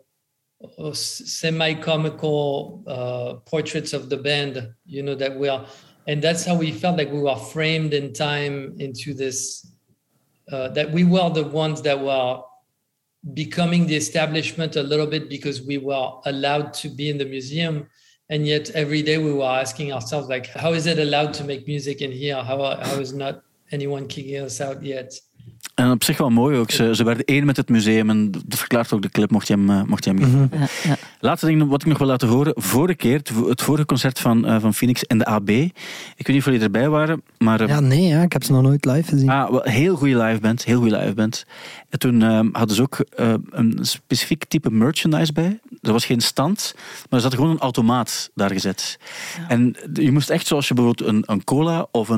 semi-comical portraits of the band, that we are, and that's how we felt like we were framed in time into this. That we were the ones that were becoming the establishment a little bit because we were allowed to be in the museum. And yet every day we were asking ourselves, like, how is it allowed to make music in here? How is not anyone kicking us out yet? En op zich wel mooi ook. Ze werden één met het museum en dat verklaart ook de clip, mocht je hem geven. Ja. Laatste ding wat ik nog wil laten horen. Vorige keer, het vorige concert van Phoenix in de AB. Ik weet niet of jullie erbij waren, maar... ik heb ze nog nooit live gezien. Heel goede live band. En toen hadden ze ook een specifiek type merchandise bij. Er was geen stand, maar er zat gewoon een automaat daar gezet. Ja. En je moest echt, zoals je bijvoorbeeld een cola of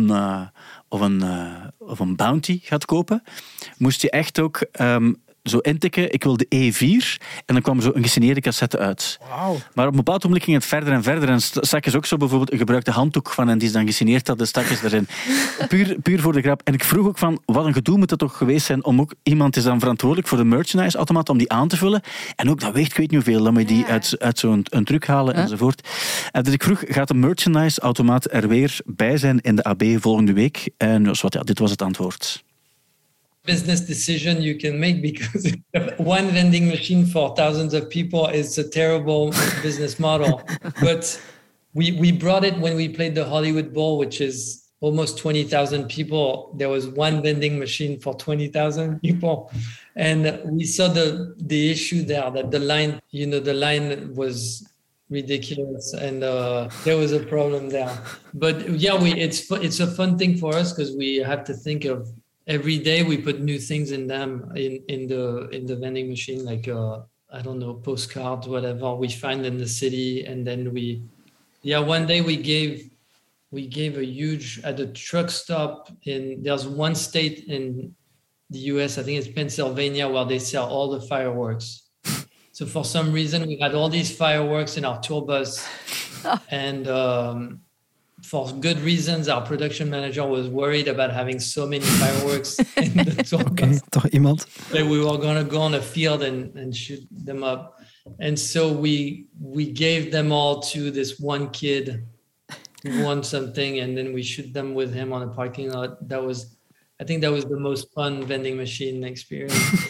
een Bounty gaat kopen, moest je echt ook zo intikken, ik wil de E4, en dan kwam zo een gesigneerde cassette uit. Wow. Maar op een bepaald moment ging het verder en verder, en stak je ook zo bijvoorbeeld een gebruikte handdoek van, en die is dan gesigneerd, dat de stakjes erin. Puur voor de grap. En ik vroeg ook van, wat een gedoe moet dat toch geweest zijn, om ook, iemand is dan verantwoordelijk voor de merchandise-automaat, om die aan te vullen, en ook, dat weegt, ik weet niet hoeveel, dan moet je die uit zo'n truc halen, enzovoort. En dus ik vroeg, gaat de merchandise-automaat er weer bij zijn in de AB volgende week? En dit was het antwoord. Business decision you can make, because one vending machine for thousands of people is a terrible business model. But we brought it when we played the Hollywood Bowl, which is almost 20,000 people. There was one vending machine for 20,000 people. And we saw the issue there, that the line was ridiculous, and there was a problem there. But yeah, it's a fun thing for us because we have to think of every day we put new things in them in the vending machine, like I don't know, postcards, whatever we find in the city, and then one day we gave a huge at a truck stop there's one state in the US, I think it's Pennsylvania, where they sell all the fireworks. So for some reason we had all these fireworks in our tour bus, and for good reasons, our production manager was worried about having so many fireworks in the tour bus. Toch iemand. That we were going to go on a field and shoot them up. And so we gave them all to this one kid who won something, and then we shoot them with him on a parking lot. I think that was the most fun vending machine experience.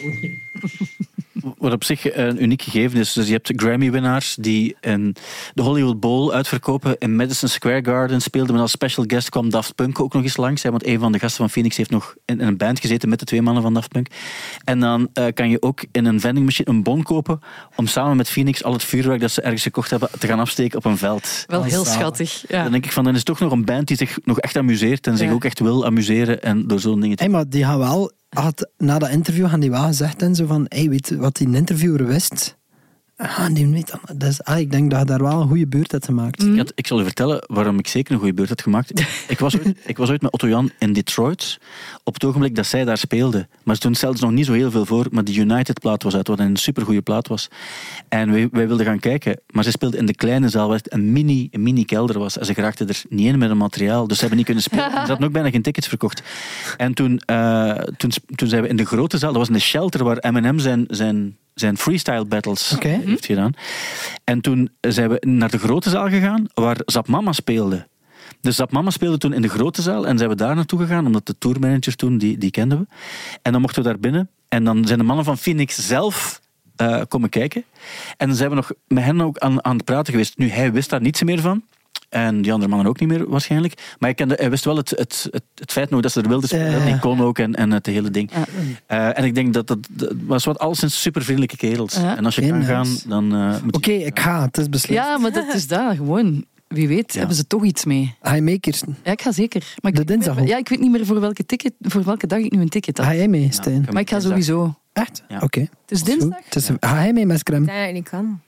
Wat op zich een uniek gegeven is. Dus je hebt Grammy-winnaars die de Hollywood Bowl uitverkopen in Madison Square Garden speelden. Maar als special guest kwam Daft Punk ook nog eens langs. Want een van de gasten van Phoenix heeft nog in een band gezeten met de twee mannen van Daft Punk. En dan kan je ook in een vending machine een bon kopen om samen met Phoenix al het vuurwerk dat ze ergens gekocht hebben te gaan afsteken op een veld. Wel heel schattig. Ja. Dan denk ik van, dan is toch nog een band die zich nog echt amuseert en zich ook echt wil amuseren en door zo'n dingen te... Hey, maar die gaan wel... Na dat interview gaan die wel gezegd en zo van, weet wat die interviewer wist? Die weet dat. Dus, ik denk dat je daar wel een goede beurt hebt gemaakt. Ik zal u vertellen waarom ik zeker een goede beurt had gemaakt. Ik was ooit met Otto Jan in Detroit op het ogenblik dat zij daar speelde. Maar toen stelde ze nog niet zo heel veel voor, maar de United-plaat was uit, wat een supergoeie plaat was. En wij wilden gaan kijken, maar ze speelde in de kleine zaal, waar het een mini kelder was. En ze geraakten er niet in met een materiaal, dus ze hebben niet kunnen spelen. Ze hadden ook bijna geen tickets verkocht. En toen zijn we in de grote zaal, dat was in de Shelter, waar Eminem zijn freestyle battles heeft gedaan. En toen zijn we naar de grote zaal gegaan, waar Zap Mama speelde. Dus Zap Mama speelde toen in de grote zaal en zijn we daar naartoe gegaan, omdat de tourmanager toen, die kenden we. En dan mochten we daar binnen. En dan zijn de mannen van Phoenix zelf komen kijken. En dan zijn we nog met hen ook aan het praten geweest. Nu, hij wist daar niets meer van. En die andere mannen ook niet meer waarschijnlijk. Maar hij wist wel het feit nog dat ze er wilden spelen. Die kon ook en het hele ding. En ik denk dat was wat alleszins super vriendelijke kerels. En als je kan gaan, dan moet Oké, ik ga. Het is beslist. Ja, maar dat is daar gewoon. Wie weet, hebben ze toch iets mee. Ga je mee, Kirsten? Ja, ik ga zeker. Maar de dinsdag ook? Ja, ik weet niet meer voor welke dag ik nu een ticket had. Ga jij mee, Stijn? Maar ik ga sowieso. Echt? Ja. Oké. Het is dinsdag? Ga jij mee met Scrum? Ja, ik kan.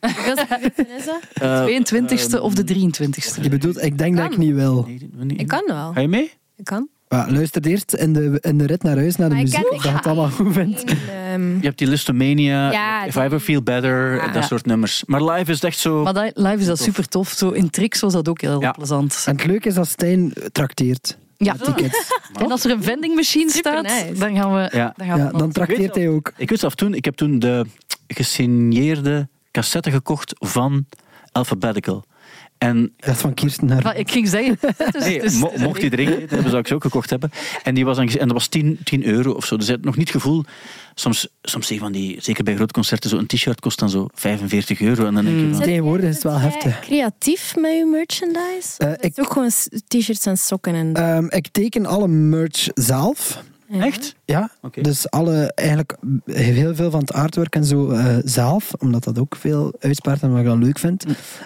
De 22e of de 23e. Je bedoelt, ik denk dat ik niet wil. Ik kan wel. Ga je mee? Ik kan. Luister eerst in de rit naar huis naar de muziek, of dat je het allemaal goed vindt. Je hebt die Listomania, If I Ever Feel Better, dat soort nummers. Maar live is het echt zo... Maar live is dat super tof. Zo in tricks was dat ook heel plezant. En het leuke is dat Stijn trakteert. Ja. tickets. En als er een vending machine staat, Supernice. dan gaan we... Ja. Dan trakteert hij ook. Ik weet zelf toen, ik heb toen de gesigneerde cassette gekocht van Alphabetical. En Dat is van Kirsten Her. Maar ik ging zeggen... mocht die erin zitten hebben, zou ik ze ook gekocht hebben. En, die was dan, en dat was 10 euro of zo. Dus je hebt nog niet het gevoel... Soms zie je van die, zeker bij grote concerten, zo'n t-shirt kost dan zo 45 euro. En dan denk je van... Tegenwoordig is het wel heftig. Creatief met je merchandise? Het is ook gewoon t-shirts en sokken. En... Ik teken alle merch zelf. Echt? Ja, Oké. dus eigenlijk heel veel van het artwork en zo zelf, omdat dat ook veel uitspaart en wat ik wel leuk vind.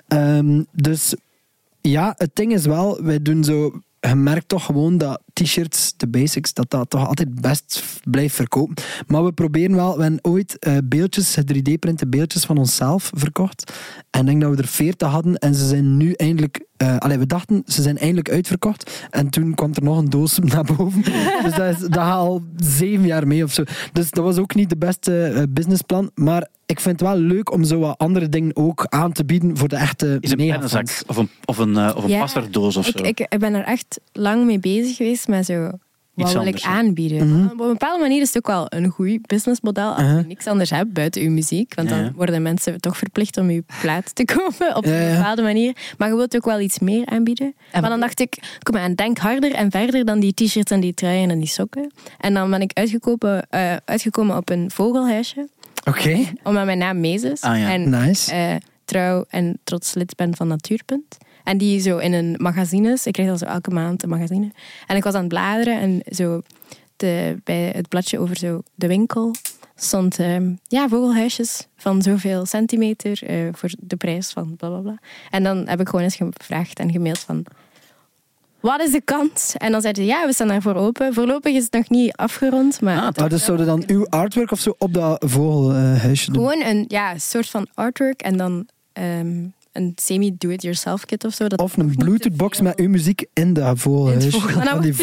Dus ja, het ding is wel, wij doen zo... Je merkt toch gewoon dat t-shirts, de basics, dat toch altijd best blijft verkopen. Maar we proberen wel, we hebben ooit beeldjes, 3D-printen beeldjes van onszelf verkocht. En ik denk dat we er 40 hadden en ze zijn nu eindelijk... we dachten, ze zijn eindelijk uitverkocht. En toen kwam er nog een doos naar boven. Dus dat gaat al 7 jaar mee of zo. Dus dat was ook niet de beste businessplan. Maar ik vind het wel leuk om zo wat andere dingen ook aan te bieden voor de echte Is een megafans. pennenzak of een Ja, paswerdoos of zo. Ik ben er echt lang mee bezig geweest met zo... Wat wil ik anders, hè? aanbieden? Op een bepaalde manier is het ook wel een goed businessmodel als je niks anders hebt buiten je muziek. Want dan worden mensen toch verplicht om je plaat te kopen op een bepaalde manier. Maar je wilt ook wel iets meer aanbieden. Maar dan dacht ik, kom aan, denk harder en verder dan die t-shirts en die truien en die sokken. En dan ben ik uitgekomen op een vogelhuisje. Oké. Omdat mijn naam Mees is. Ah, ja. En Nice. trouw en trots lid ben van Natuurpunt. En die zo in een magazines. Ik kreeg dan zo elke maand een magazine. En ik was aan het bladeren en zo bij het bladje over zo de winkel stond vogelhuisjes van zoveel centimeter voor de prijs van blablabla. En dan heb ik gewoon eens gevraagd en gemaild van... Wat is de kans? En dan zeiden ze, ja, we staan daarvoor open. Voorlopig is het nog niet afgerond, maar... Dus zouden dan uw artwork of zo op dat vogelhuisje doen? Gewoon een soort van artwork en dan een semi-do-it-yourself kit of zo. Dat Of een Bluetooth-box met uw muziek in dat vogelhuisje. Nou, Dat die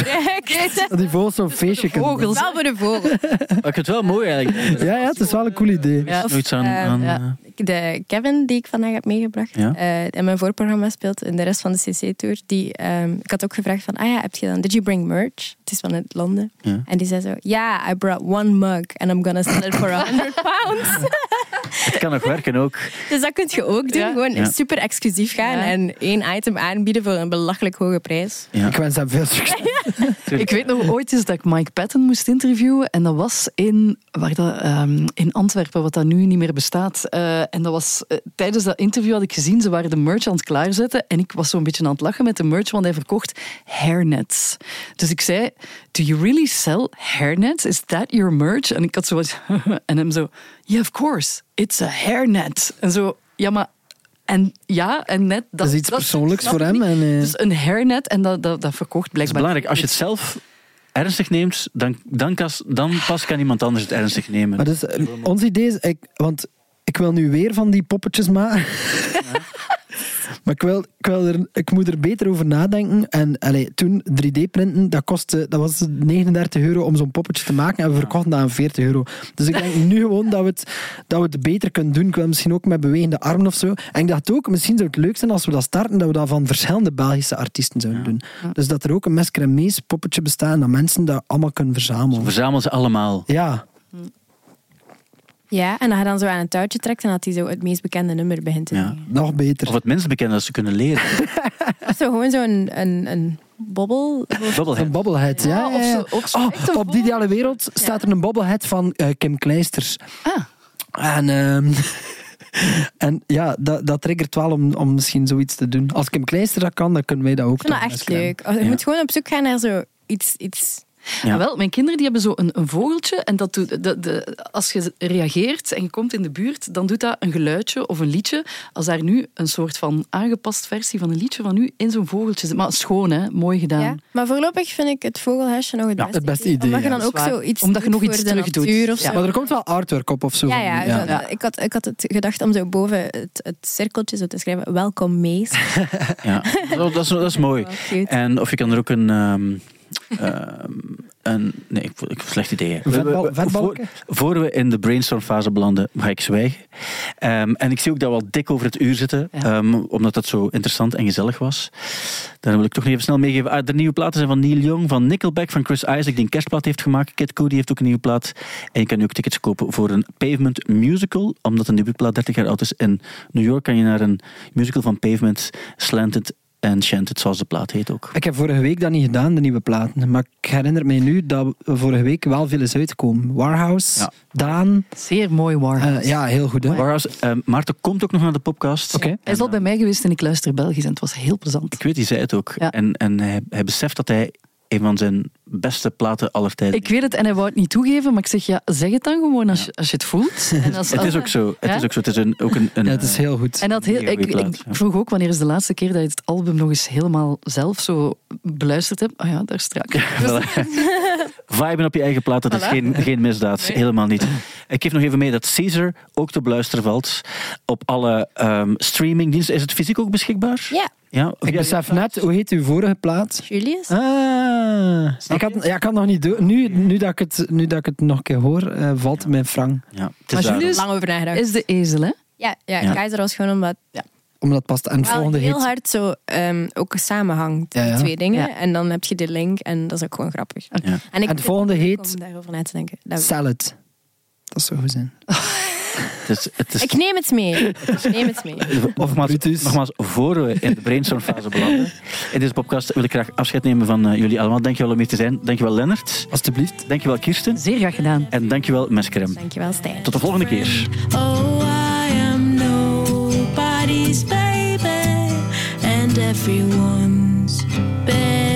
vogels zo'n feestje kunnen doen. Vogels. Wel voor de vogel. Maar ik vind het wel mooi eigenlijk. Ja, het is wel een cool idee. Er is nooit aan... De Kevin, die ik vandaag heb meegebracht, in mijn voorprogramma speelt, in de rest van de CC-tour, ik had ook gevraagd van, heb je dan, did you bring merch? Het is vanuit Londen. Ja. En die zei zo, I brought one mug and I'm gonna sell it for £100. Het kan nog werken ook. Dus dat kun je ook doen. Ja. Gewoon super exclusief gaan en 1 item aanbieden voor een belachelijk hoge prijs. Ja. Ik wens hem veel succes. Ik weet nog ooit eens dat ik Mike Patton moest interviewen. En dat was in Antwerpen, wat dat nu niet meer bestaat. En dat was, tijdens dat interview had ik gezien, ze waren de merch aan het klaarzetten. En ik was zo'n beetje aan het lachen met de merch, want hij verkocht hairnets. Dus ik zei, do you really sell hairnets? Is that your merch? En ik had zo wat... En hem zo, yeah, of course. It's a hairnet. En zo, ja, maar... En net... Dat is iets persoonlijks voor hem. En, Dus een hairnet en dat verkocht Het is blijkbaar. belangrijk, als je het zelf ernstig neemt, dan pas kan iemand anders het ernstig nemen. Maar dus, ons idee is... Want ik wil nu weer van die poppetjes maken. Maar ik moet er beter over nadenken. En toen 3D-printen, dat was €39 om zo'n poppetje te maken. En we verkochten dat aan €40. Dus ik denk nu gewoon dat we het beter kunnen doen. Ik wil misschien ook met bewegende armen of zo. En ik dacht ook, misschien zou het leuk zijn als we dat starten, dat we dat van verschillende Belgische artiesten zouden doen. Dus dat er ook een Mesker en Mees poppetje bestaat en dat mensen dat allemaal kunnen verzamelen. Verzamel ze allemaal. Ja. Ja, en dat je dan zo aan een touwtje trekt en dat hij zo het meest bekende nummer begint te zingen. Nog beter. Of het minst bekende dat ze kunnen leren. Of zo gewoon zo'n een bobbel. Een bobblehead, ja. Of zo, ook zo echt een Op die ideale wereld staat er een bobblehead van Kim Kleisters. Ah. En ja, dat triggert wel om misschien zoiets te doen. Als Kim Kleister dat kan, dan kunnen wij dat ook. Ik vind dat echt leuk. Je moet gewoon op zoek gaan naar zo iets Ja. Wel, mijn kinderen die hebben zo een vogeltje en dat doet, als je reageert en je komt in de buurt, dan doet dat een geluidje of een liedje. Als daar nu een soort van aangepast versie van een liedje van u in zo'n vogeltje zit. Maar schoon, hè? Mooi gedaan. Ja. Maar voorlopig vind ik het vogelhuisje nog het beste idee. Omdat je Ja, dan ook dat is waar. zoiets Omdat je nog doet iets voor de terug doet. natuur of Ja. zo. Maar er komt wel artwork op of zo. Ja. Ik had het gedacht om zo boven het cirkeltje zo te schrijven, welkom Mees. Ja, dat is mooi. Wel cute. En of je kan er ook Nee, ik heb een slecht idee. Vetbalken? Voor we in de brainstormfase belanden, ga ik zwijgen. En ik zie ook dat we al dik over het uur zitten, omdat dat zo interessant en gezellig was. Dan wil ik toch nog even snel meegeven. De nieuwe platen zijn van Neil Young, van Nickelback, van Chris Isaac, die een kerstplaat heeft gemaakt. Kid Cudi heeft ook een nieuwe plaat. En je kan nu ook tickets kopen voor een Pavement musical, omdat een nieuwe plaat 30 jaar oud is. In New York kan je naar een musical van Pavement, Slanted Enchanted, zoals de plaat heet ook. Ik heb vorige week dat niet gedaan, de nieuwe platen. Maar ik herinner me nu dat vorige week wel veel is uitgekomen. Warhouse, Daan. Zeer mooi Warhouse. Ja, heel goed. Hè? Warhouse. Maarten komt ook nog naar de podcast. Okay. Hij is al bij mij geweest en ik luister Belgisch en het was heel plezant. Ik weet, hij zei het ook. Ja. En hij beseft dat hij een van zijn beste platen aller tijden. Ik weet het en hij wou het niet toegeven, maar ik zeg zeg het dan gewoon als je het voelt. En het is ook zo. Het is ook zo. Het is het is heel goed. En dat ik vroeg ook wanneer is de laatste keer dat je het album nog eens helemaal zelf zo beluisterd hebt. Ah ja, daar strak. Viben op je eigen plaat, dat is geen misdaad. Nee. Helemaal niet. Ik geef nog even mee dat Caesar ook te beluisteren valt op alle streamingdiensten. Is het fysiek ook beschikbaar? Ja. Ik besef net, hoe heet uw vorige plaat? Julius. Ik had nog niet doen. Nu dat ik het nog een keer hoor, valt mijn frank. Ja, maar Julius lang over nagedacht. Is de ezel, hè? Ja. Keizer was gewoon omdat... Ja. Omdat het past. En het volgende heel hard zo ook samenhangt, die twee dingen. Ja. En dan heb je de link en dat is ook gewoon grappig. Ja. En het volgende heet... Om daarover na te denken. Salad. Dat zou goed zijn. Het is... Ik neem het mee. Nogmaals, voor we in de brainstormfase belanden, in deze podcast wil ik graag afscheid nemen van jullie allemaal. Dankjewel om hier te zijn. Dankjewel Lennart. Alsjeblieft. Dankjewel Kirsten. Zeer graag gedaan. En dankjewel Meskerem. Dankjewel Stijn. Tot de volgende keer. Oh, I am nobody's baby and everyone's baby.